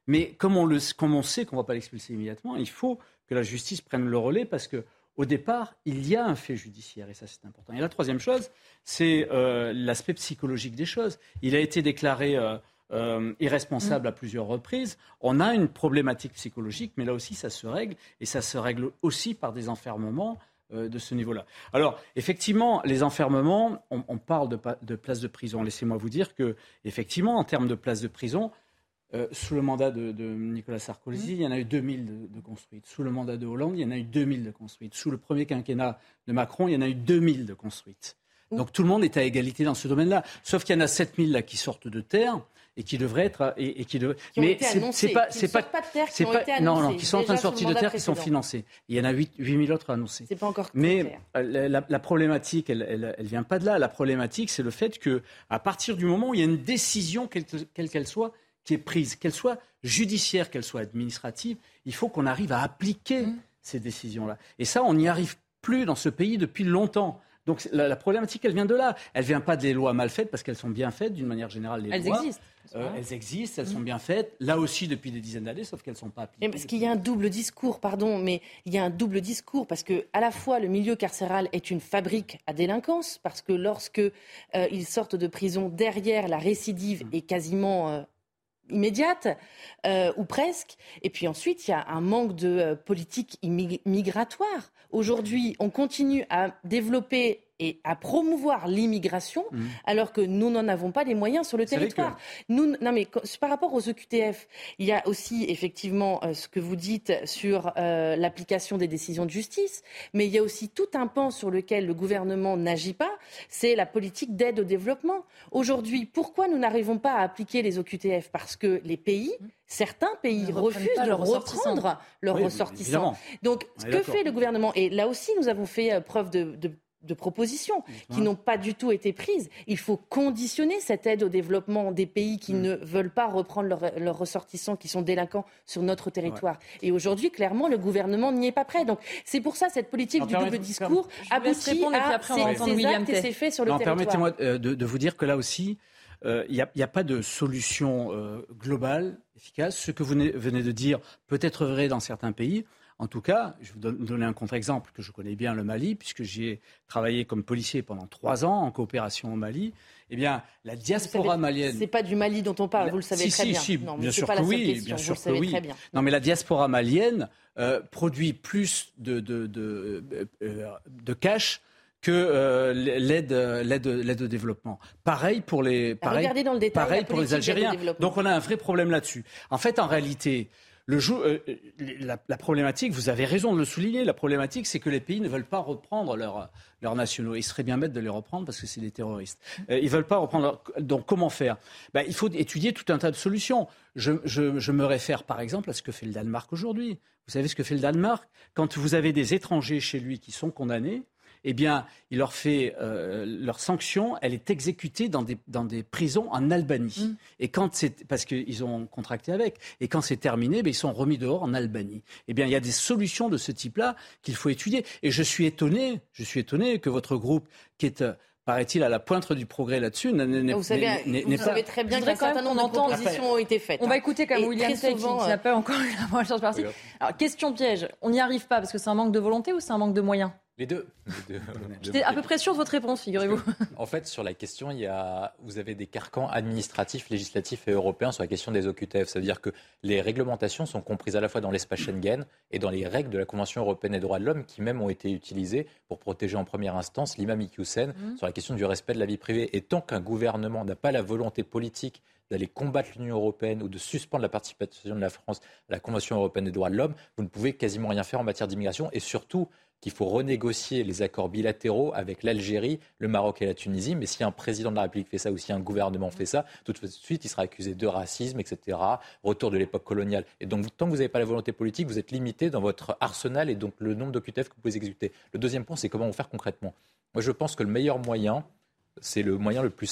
Mais comme on, le, comme on sait qu'on ne va pas l'expulser immédiatement, il faut que la justice prenne le relais parce qu'au départ, il y a un fait judiciaire et ça, c'est important. Et la troisième chose, c'est euh, l'aspect psychologique des choses. Il a été déclaré euh, euh, irresponsable mmh. à plusieurs reprises. On a une problématique psychologique, mais là aussi, ça se règle et ça se règle aussi par des enfermements euh, de ce niveau-là. Alors, effectivement, les enfermements, on, on parle de, de places de prison. Laissez-moi vous dire que, effectivement, en termes de places de prison, Euh, sous le mandat de, de Nicolas Sarkozy, mmh. il y en a eu deux mille de, de construites. Sous le mandat de Hollande, il y en a eu deux mille de construites. Sous le premier quinquennat de Macron, il y en a eu deux mille de construites. Mmh. Donc tout le monde est à égalité dans ce domaine-là. Sauf qu'il y en a sept mille là qui sortent de terre et qui devraient être... Et, et qui devraient... Qui ont Mais été c'est, annoncés, c'est pas, qui c'est ne pas, sortent pas de terre, qui c'est ont pas, été annoncés. Non, non, qui sont en train de sortir de terre, précédent. qui sont financés. Il y en a huit mille autres annoncés. C'est pas encore Mais clair. la, la, la problématique, elle, elle, elle vient pas de là. La problématique, c'est le fait que à partir du moment où il y a une décision, quelle, quelle qu'elle soit, qui est prise, qu'elle soit judiciaire, qu'elle soit administrative, il faut qu'on arrive à appliquer mmh. ces décisions-là. Et ça, on n'y arrive plus dans ce pays depuis longtemps. Donc la, la problématique, elle vient de là. Elle ne vient pas des lois mal faites, parce qu'elles sont bien faites, d'une manière générale, les elles lois. Existent. Euh, elles existent, elles mmh. sont bien faites, là aussi depuis des dizaines d'années, sauf qu'elles ne sont pas appliquées. Mais parce qu'il y a un double discours, pardon, mais il y a un double discours, parce que à la fois le milieu carcéral est une fabrique à délinquance, parce que lorsque euh, ils sortent de prison, derrière la récidive mmh. est quasiment... Euh, immédiate, euh, ou presque. Et puis ensuite, il y a un manque de euh, politique immig- migratoire. Aujourd'hui, on continue à développer et à promouvoir l'immigration, mmh. alors que nous n'en avons pas les moyens sur le Vous territoire. Que... Nous, non mais par rapport aux O Q T F, il y a aussi effectivement euh, ce que vous dites sur euh, l'application des décisions de justice, mais il y a aussi tout un pan sur lequel le gouvernement n'agit pas, c'est la politique d'aide au développement. Aujourd'hui, pourquoi nous n'arrivons pas à appliquer les O Q T F ? Parce que les pays... Certains pays refusent de reprendre leurs oui, ressortissants. Donc, ce que fait le gouvernement, et là aussi nous avons fait euh, preuve de, de, de propositions qui ouais. n'ont pas du tout été prises, il faut conditionner cette aide au développement des pays qui mmh. ne veulent pas reprendre leurs leur ressortissants, qui sont délinquants sur notre territoire. Ouais. Et aujourd'hui, clairement, le gouvernement n'y est pas prêt. Donc, c'est pour ça cette politique non, du double discours aboutit à ces, ces actes et ces faits sur le non, territoire. Permettez-moi euh, de, de vous dire que là aussi, il euh, n'y a, a pas de solution euh, globale, efficace. Ce que vous venez de dire peut être vrai dans certains pays. En tout cas, je vais vous donner un contre-exemple que je connais bien, le Mali, puisque j'y ai travaillé comme policier pendant trois ans en coopération au Mali. Eh bien, la diaspora savez, malienne... C'est pas du Mali dont on parle, vous le savez si, très si, bien. Si, non, bien sûr pas que la oui, question, bien vous sûr le savez que oui. Très bien. Non, mais la diaspora malienne euh, produit plus de, de, de, de, de cash que euh, l'aide, l'aide, l'aide au développement. Pareil pour les, pareil, Regardez dans le détail, pareil pour les Algériens. Donc on a un vrai problème là-dessus. En fait, en réalité, le jeu, euh, la, la problématique, vous avez raison de le souligner, la problématique, c'est que les pays ne veulent pas reprendre leurs leurs nationaux. Ils seraient bien bêtes de les reprendre parce que c'est des terroristes. Euh, ils ne veulent pas reprendre. Leur... Donc comment faire ? Ben, il faut étudier tout un tas de solutions. Je, je, je me réfère par exemple à ce que fait le Danemark aujourd'hui. Vous savez ce que fait le Danemark ? Quand vous avez des étrangers chez lui qui sont condamnés, eh bien, il leur fait euh, leur sanction, elle est exécutée dans des, dans des prisons en Albanie. Mmh. Et quand c'est parce qu'ils ont contracté avec, et quand c'est terminé, ben, ils sont remis dehors en Albanie. Eh bien, il y a des solutions de ce type-là qu'il faut étudier. Et je suis étonné, je suis étonné que votre groupe, qui est paraît-il, à la pointe du progrès là-dessus. N'est, n'est, vous savez, n'est, vous n'est savez pas... très bien qu'un certain nombre de propositions ont été faites. On va écouter quand même William Tay qui n'a pas encore eu la moindre chance partie. Alors, question piège, on n'y arrive pas parce que c'est un manque de volonté ou c'est un manque de moyens ? Les deux. Les deux. J'étais à peu près sûr de votre réponse, figurez-vous. En fait, sur la question, il y a, vous avez des carcans administratifs, législatifs et européens sur la question des O Q T F. Ça veut dire que les réglementations sont comprises à la fois dans l'espace Schengen et dans les règles de la Convention européenne des droits de l'homme qui même ont été utilisées pour protéger en première instance l'imam Iqiyoussen mmh. sur la question du respect de la vie privée. Et tant qu'un gouvernement n'a pas la volonté politique d'aller combattre l'Union européenne ou de suspendre la participation de la France à la Convention européenne des droits de l'homme, vous ne pouvez quasiment rien faire en matière d'immigration et surtout qu'il faut renégocier les accords bilatéraux avec l'Algérie, le Maroc et la Tunisie. Mais si un président de la République fait ça ou si un gouvernement fait ça, tout de suite, il sera accusé de racisme, et cetera, retour de l'époque coloniale. Et donc, tant que vous n'avez pas la volonté politique, vous êtes limité dans votre arsenal et donc le nombre d'O Q T F que vous pouvez exécuter. Le deuxième point, c'est comment vous faire concrètement. Moi, je pense que le meilleur moyen, c'est le moyen le plus simple,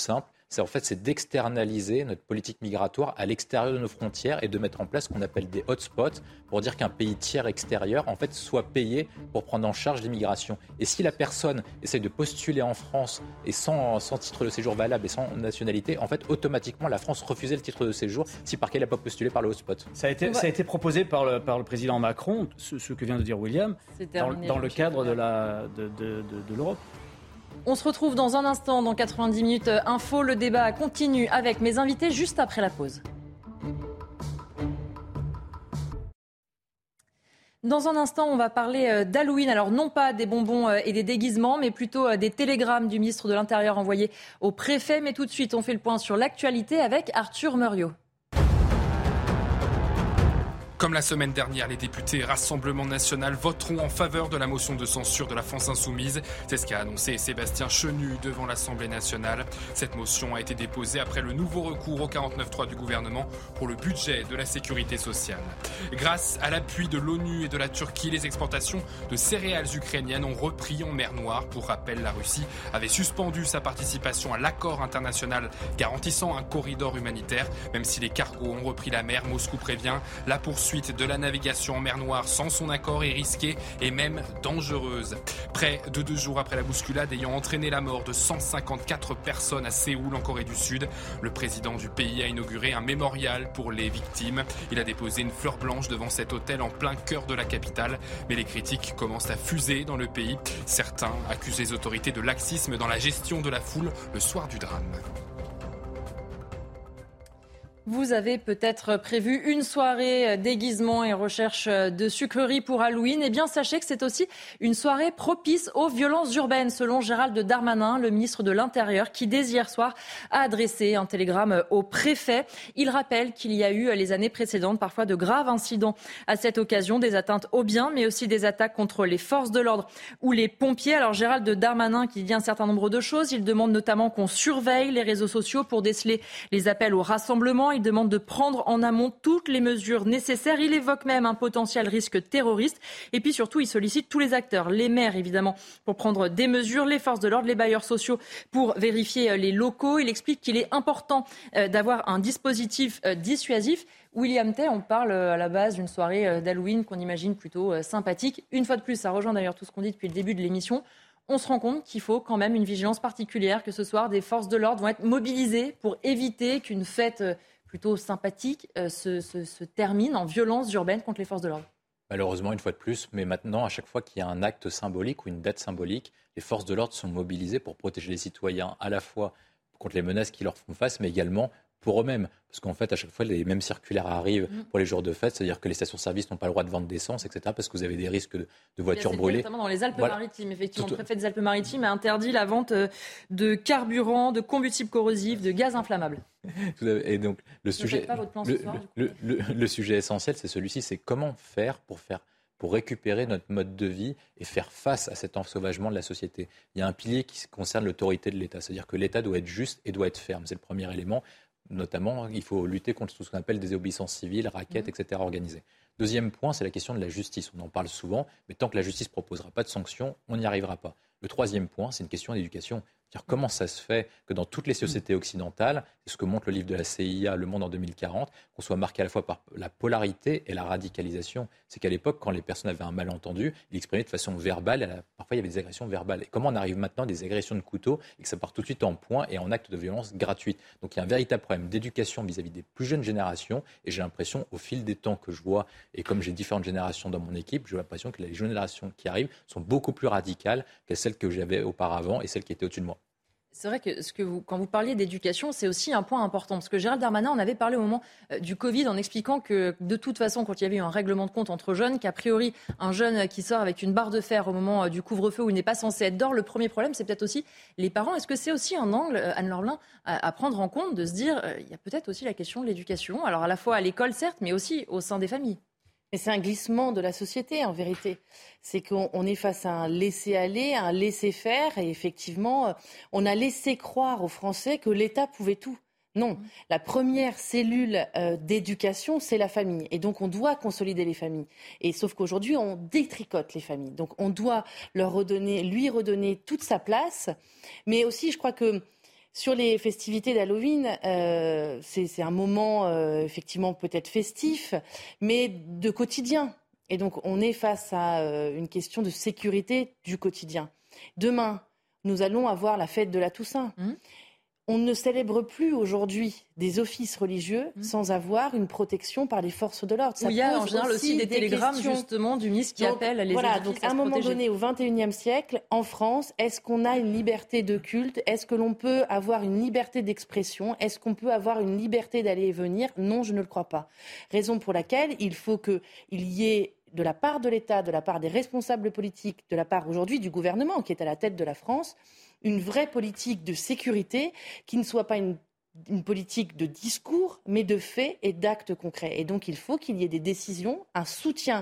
c'est en fait c'est d'externaliser notre politique migratoire à l'extérieur de nos frontières et de mettre en place ce qu'on appelle des hotspots pour dire qu'un pays tiers extérieur en fait soit payé pour prendre en charge l'immigration. Et si la personne essaye de postuler en France et sans, sans titre de séjour valable et sans nationalité, en fait automatiquement la France refusait le titre de séjour si par qu'elle n'a pas postulé par le hotspot. Ça a été, ça a été proposé par le, par le président Macron, ce, ce que vient de dire William, dans, dans le cadre de, la, de, de, de, de l'Europe. On se retrouve dans un instant, dans quatre-vingt-dix minutes info. Le débat continue avec mes invités juste après la pause. Dans un instant, on va parler d'Halloween. Alors non pas des bonbons et des déguisements, mais plutôt des télégrammes du ministre de l'Intérieur envoyés au préfet. Mais tout de suite, on fait le point sur l'actualité avec Arthur Muriot. Comme la semaine dernière, les députés Rassemblement National voteront en faveur de la motion de censure de la France Insoumise. C'est ce qu'a annoncé Sébastien Chenu devant l'Assemblée nationale. Cette motion a été déposée après le nouveau recours au quarante-neuf trois du gouvernement pour le budget de la sécurité sociale. Grâce à l'appui de l'ONU et de la Turquie, les exportations de céréales ukrainiennes ont repris en mer Noire. Pour rappel, la Russie avait suspendu sa participation à l'accord international garantissant un corridor humanitaire. Même si les cargos ont repris la mer, Moscou prévient la poursuite de la navigation en mer Noire sans son accord est risquée et même dangereuse. Près de deux jours après la bousculade ayant entraîné la mort de cent cinquante-quatre personnes à Séoul en Corée du Sud, le président du pays a inauguré un mémorial pour les victimes. Il a déposé une fleur blanche devant cet hôtel en plein cœur de la capitale. Mais les critiques commencent à fuser dans le pays. Certains accusent les autorités de laxisme dans la gestion de la foule le soir du drame. Vous avez peut-être prévu une soirée déguisement et recherche de sucreries pour Halloween. Eh bien, sachez que c'est aussi une soirée propice aux violences urbaines, selon Gérald Darmanin, le ministre de l'Intérieur, qui dès hier soir a adressé un télégramme au préfet. Il rappelle qu'il y a eu les années précédentes parfois de graves incidents à cette occasion, des atteintes aux biens, mais aussi des attaques contre les forces de l'ordre ou les pompiers. Alors Gérald Darmanin qui dit un certain nombre de choses. Il demande notamment qu'on surveille les réseaux sociaux pour déceler les appels au rassemblement. Il demande de prendre en amont toutes les mesures nécessaires. Il évoque même un potentiel risque terroriste. Et puis surtout, il sollicite tous les acteurs, les maires évidemment, pour prendre des mesures, les forces de l'ordre, les bailleurs sociaux pour vérifier les locaux. Il explique qu'il est important d'avoir un dispositif dissuasif. William Tay, on parle à la base d'une soirée d'Halloween qu'on imagine plutôt sympathique. Une fois de plus, ça rejoint d'ailleurs tout ce qu'on dit depuis le début de l'émission. On se rend compte qu'il faut quand même une vigilance particulière, que ce soir, des forces de l'ordre vont être mobilisées pour éviter qu'une fête plutôt sympathique euh, se, se, se termine en violence urbaine contre les forces de l'ordre. Malheureusement, une fois de plus, mais maintenant, à chaque fois qu'il y a un acte symbolique ou une date symbolique, les forces de l'ordre sont mobilisées pour protéger les citoyens, à la fois contre les menaces qui leur font face, mais également pour eux-mêmes. Parce qu'en fait, à chaque fois, les mêmes circulaires arrivent pour les jours de fête, c'est-à-dire que les stations-service n'ont pas le droit de vendre d'essence, et cetera, parce que vous avez des risques de, de voitures brûlées. Notamment dans les Alpes-Maritimes, voilà. Effectivement, Tout... le préfet des Alpes-Maritimes a interdit la vente de carburant, de combustibles corrosifs, de gaz inflammable. Et donc, le sujet, le, soir, le, le, le, le sujet essentiel, c'est celui-ci, c'est comment faire pour faire pour récupérer notre mode de vie et faire face à cet ensauvagement de la société. Il y a un pilier qui concerne l'autorité de l'État, c'est-à-dire que l'État doit être juste et doit être ferme. C'est le premier élément. Notamment, il faut lutter contre tout ce qu'on appelle désobéissance civile, raquettes, mmh. et cetera organisées. Deuxième point, c'est la question de la justice. On en parle souvent, mais tant que la justice ne proposera pas de sanctions, on n'y arrivera pas. Le troisième point, c'est une question d'éducation. C'est-à-dire comment ça se fait que dans toutes les sociétés occidentales, c'est ce que montre le livre de la C I A, Le Monde en deux mille quarante, qu'on soit marqué à la fois par la polarité et la radicalisation. C'est qu'à l'époque, quand les personnes avaient un malentendu, ils l'exprimaient de façon verbale, et parfois il y avait des agressions verbales. Et comment on arrive maintenant à des agressions de couteau et que ça part tout de suite en poing et en acte de violence gratuite. Donc il y a un véritable problème d'éducation vis-à-vis des plus jeunes générations, et j'ai l'impression, au fil des temps que je vois, et comme j'ai différentes générations dans mon équipe, j'ai l'impression que les générations qui arrivent sont beaucoup plus radicales que celles que j'avais auparavant et celles qui étaient au-dessus de moi. C'est vrai que, ce que vous, quand vous parliez d'éducation, c'est aussi un point important. Parce que Gérald Darmanin en avait parlé au moment euh, du Covid en expliquant que de toute façon, quand il y avait eu un règlement de compte entre jeunes, qu'a priori, un jeune qui sort avec une barre de fer au moment euh, du couvre-feu où il n'est pas censé être dehors, le premier problème, c'est peut-être aussi les parents. Est-ce que c'est aussi un angle, euh, Anne Lorlin, à, à prendre en compte, de se dire, euh, il y a peut-être aussi la question de l'éducation, alors à la fois à l'école, certes, mais aussi au sein des familles. Mais c'est un glissement de la société, en vérité. C'est qu'on on est face à un laisser-aller, un laisser-faire. Et effectivement, on a laissé croire aux Français que l'État pouvait tout. Non, la première cellule euh, d'éducation, c'est la famille. Et donc, on doit consolider les familles. Et sauf qu'aujourd'hui, on détricote les familles. Donc, on doit leur redonner, lui redonner toute sa place. Mais aussi, je crois que Sur les festivités d'Halloween, euh, c'est, c'est un moment euh, effectivement peut-être festif, mais de quotidien. Et donc on est face à euh, une question de sécurité du quotidien. Demain, nous allons avoir la fête de la Toussaint. Mmh. On ne célèbre plus aujourd'hui des offices religieux mmh. sans avoir une protection par les forces de l'ordre. Ça il y a en général aussi des, des télégrammes questions. justement du ministre qui donc, appelle les voilà, édifices donc à un moment protéger. donné, au vingt et unième siècle, en France, est-ce qu'on a une liberté de culte ? Est-ce que l'on peut avoir une liberté d'expression ? Est-ce qu'on peut avoir une liberté d'aller et venir ? Non, je ne le crois pas. Raison pour laquelle il faut qu'il y ait de la part de l'État, de la part des responsables politiques, de la part aujourd'hui du gouvernement qui est à la tête de la France, une vraie politique de sécurité qui ne soit pas une, une politique de discours, mais de faits et d'actes concrets. Et donc il faut qu'il y ait des décisions, un soutien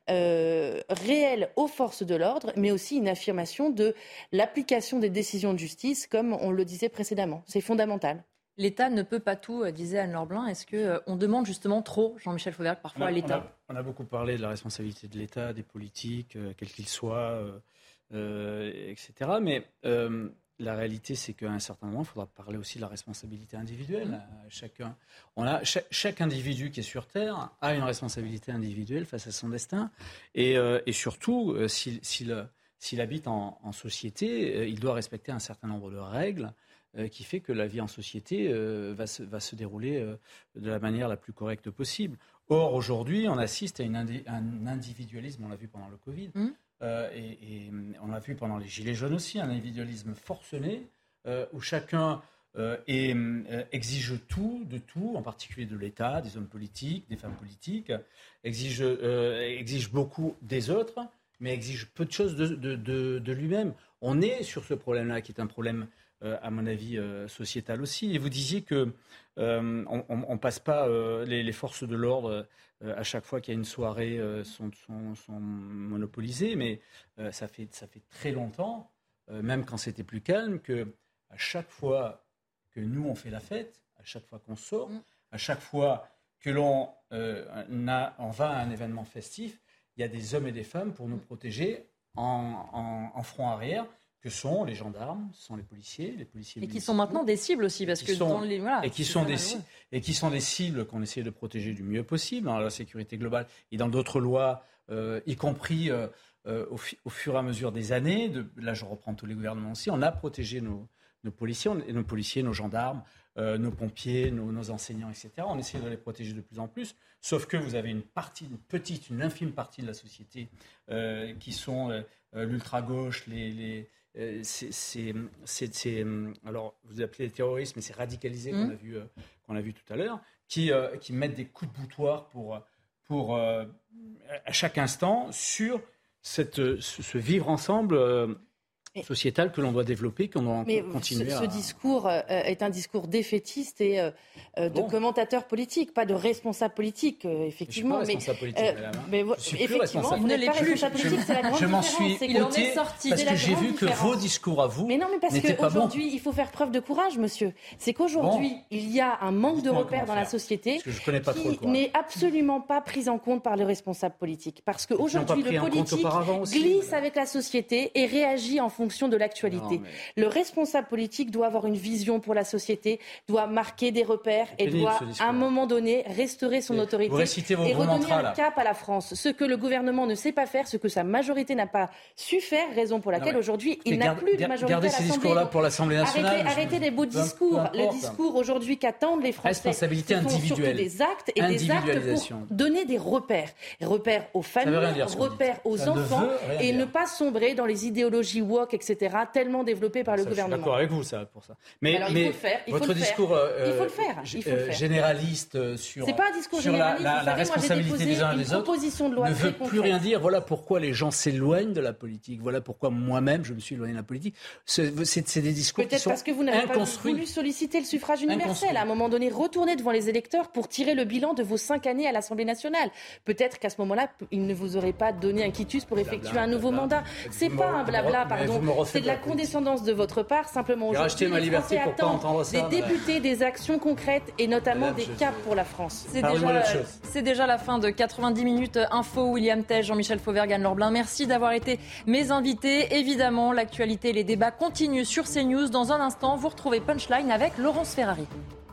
euh, réel aux forces de l'ordre, mais aussi une affirmation de l'application des décisions de justice, comme on le disait précédemment. C'est fondamental. L'État ne peut pas tout, disait Anne-Laure Blin. Est-ce qu'on euh, demande justement trop, Jean-Michel Fauvergue, parfois on a, à l'État ? on a, on a beaucoup parlé de la responsabilité de l'État, des politiques, euh, quels qu'ils soient, euh, euh, et cetera. Mais euh, la réalité, c'est qu'à un certain moment, il faudra parler aussi de la responsabilité individuelle. Mmh. Chacun, on a, chaque, chaque individu qui est sur Terre a une responsabilité individuelle face à son destin. Et, euh, et surtout, euh, s'il, s'il, s'il habite en, en société, euh, il doit respecter un certain nombre de règles euh, qui fait que la vie en société euh, va, se, va se dérouler euh, de la manière la plus correcte possible. Or, aujourd'hui, on assiste à une indi- un individualisme, on l'a vu pendant le Covid, mmh. euh, et, et on l'a vu pendant les Gilets jaunes aussi, un individualisme forcené, euh, où chacun euh, est, euh, exige tout, de tout, en particulier de l'État, des hommes politiques, des femmes politiques, exige, euh, exige beaucoup des autres, mais exige peu de choses de, de, de, de lui-même. On est sur ce problème-là, qui est un problème, euh, à mon avis, euh, sociétal aussi. Et vous disiez que euh, on, on, on passe pas euh, les, les forces de l'ordre euh, à chaque fois qu'il y a une soirée euh, sont, sont, sont monopolisées, mais euh, ça fait ça fait très longtemps, euh, même quand c'était plus calme, que à chaque fois que nous on fait la fête, à chaque fois qu'on sort, mmh. à chaque fois que l'on euh, a, on va à un événement festif, il y a des hommes et des femmes pour nous protéger en, en, en front arrière, que sont les gendarmes, ce sont les policiers, les policiers et qui sont maintenant des cibles aussi, parce que sont, dans les voilà, et qui sont des cibles, et qui sont des cibles qu'on essaie de protéger du mieux possible dans la sécurité globale et dans d'autres lois, euh, y compris euh, euh, au, fi- au fur et à mesure des années. De, là, je reprends tous les gouvernements aussi. On a protégé nos, nos policiers, on, nos policiers, nos gendarmes, euh, nos pompiers, nos, nos enseignants, et cetera. On essaie de les protéger de plus en plus. Sauf que vous avez une partie, une petite, une infime partie de la société euh, qui sont euh, l'ultra-gauche, les, les Euh, c'est, c'est, c'est, c'est, alors, vous appelez les terroristes, mais c'est radicalisé mmh. qu'on a vu, euh, qu'on a vu tout à l'heure, qui, euh, qui mettent des coups de boutoir pour, pour euh, à chaque instant sur cette, ce, ce vivre ensemble euh, sociétal que l'on doit développer, qu'on doit mais continuer ce, à... ce discours euh, est un discours défaitiste et euh, euh, de bon. commentateur politique, pas de responsable politique, euh, effectivement. Je suis pas responsable mais, politique, euh, madame. mais Je suis plus effectivement, responsable. vous n'êtes pas responsable politique, c'est la grande je m'en différence. suis ôté parce que j'ai vu que vos discours à vous mais non, mais parce n'étaient pas qu'aujourd'hui, bons. il faut faire preuve de courage, monsieur. C'est qu'aujourd'hui, bon. il y a un manque Dites-moi de repères dans la société parce que je connais pas qui trop le courage. n'est absolument pas pris en compte par le responsable politique. Parce qu'aujourd'hui, le politique glisse avec la société et réagit en fonction de l'actualité. Non, mais... Le responsable politique doit avoir une vision pour la société, doit marquer des repères et doit, à un moment donné, restaurer son autorité vos et redonner un cap à la France. Ce que le gouvernement ne sait pas faire, ce que sa majorité n'a pas su faire, raison pour laquelle non, aujourd'hui il n'a garde, plus de majorité gardez à l'Assemblée. Ces discours-là pour l'Assemblée nationale. Arrêtez, arrêtez les beaux discours. Le discours aujourd'hui qu'attendent les Français, responsabilité ce sont individuelle. surtout des actes et des actes pour donner des repères, repères aux familles, repères aux enfants et ne pas sombrer dans les idéologies woke, et cetera, tellement développées par le gouvernement. D'accord avec vous ça pour ça. Mais, alors, mais il faut le faire. Il votre faut le discours faire. Euh, il faut le faire. Il faut le faire. généraliste sur, c'est pas un discours sur la, la, la savez, responsabilité des uns et des autres de loi ne veut concrète. plus rien dire. Voilà pourquoi les gens s'éloignent de la politique. Voilà pourquoi moi-même je me suis éloigné de la politique. C'est, c'est, c'est des discours Peut-être qui sont parce que vous n'avez inconstruits. pas voulu solliciter le suffrage universel. À un moment donné, retournez devant les électeurs pour tirer le bilan de vos cinq années à l'Assemblée nationale. Peut-être qu'à ce moment-là, ils ne vous auraient pas donné un quitus pour effectuer blabla, un nouveau blabla. mandat. C'est pas un blabla, pardon. me refais C'est de la pas. condescendance de votre part. Simplement, J'ai racheté ma les liberté Français pour pas attendent entendre ça, des madame. députés, des actions concrètes et notamment Madame, des je- caps pour la France. C'est déjà, c'est déjà la fin de quatre-vingt-dix minutes info. William Tej, Jean-Michel Fauvergue, Anne-Laure Blin. Merci d'avoir été mes invités. Évidemment, l'actualité et les débats continuent sur CNews. Dans un instant, vous retrouvez Punchline avec Laurence Ferrari.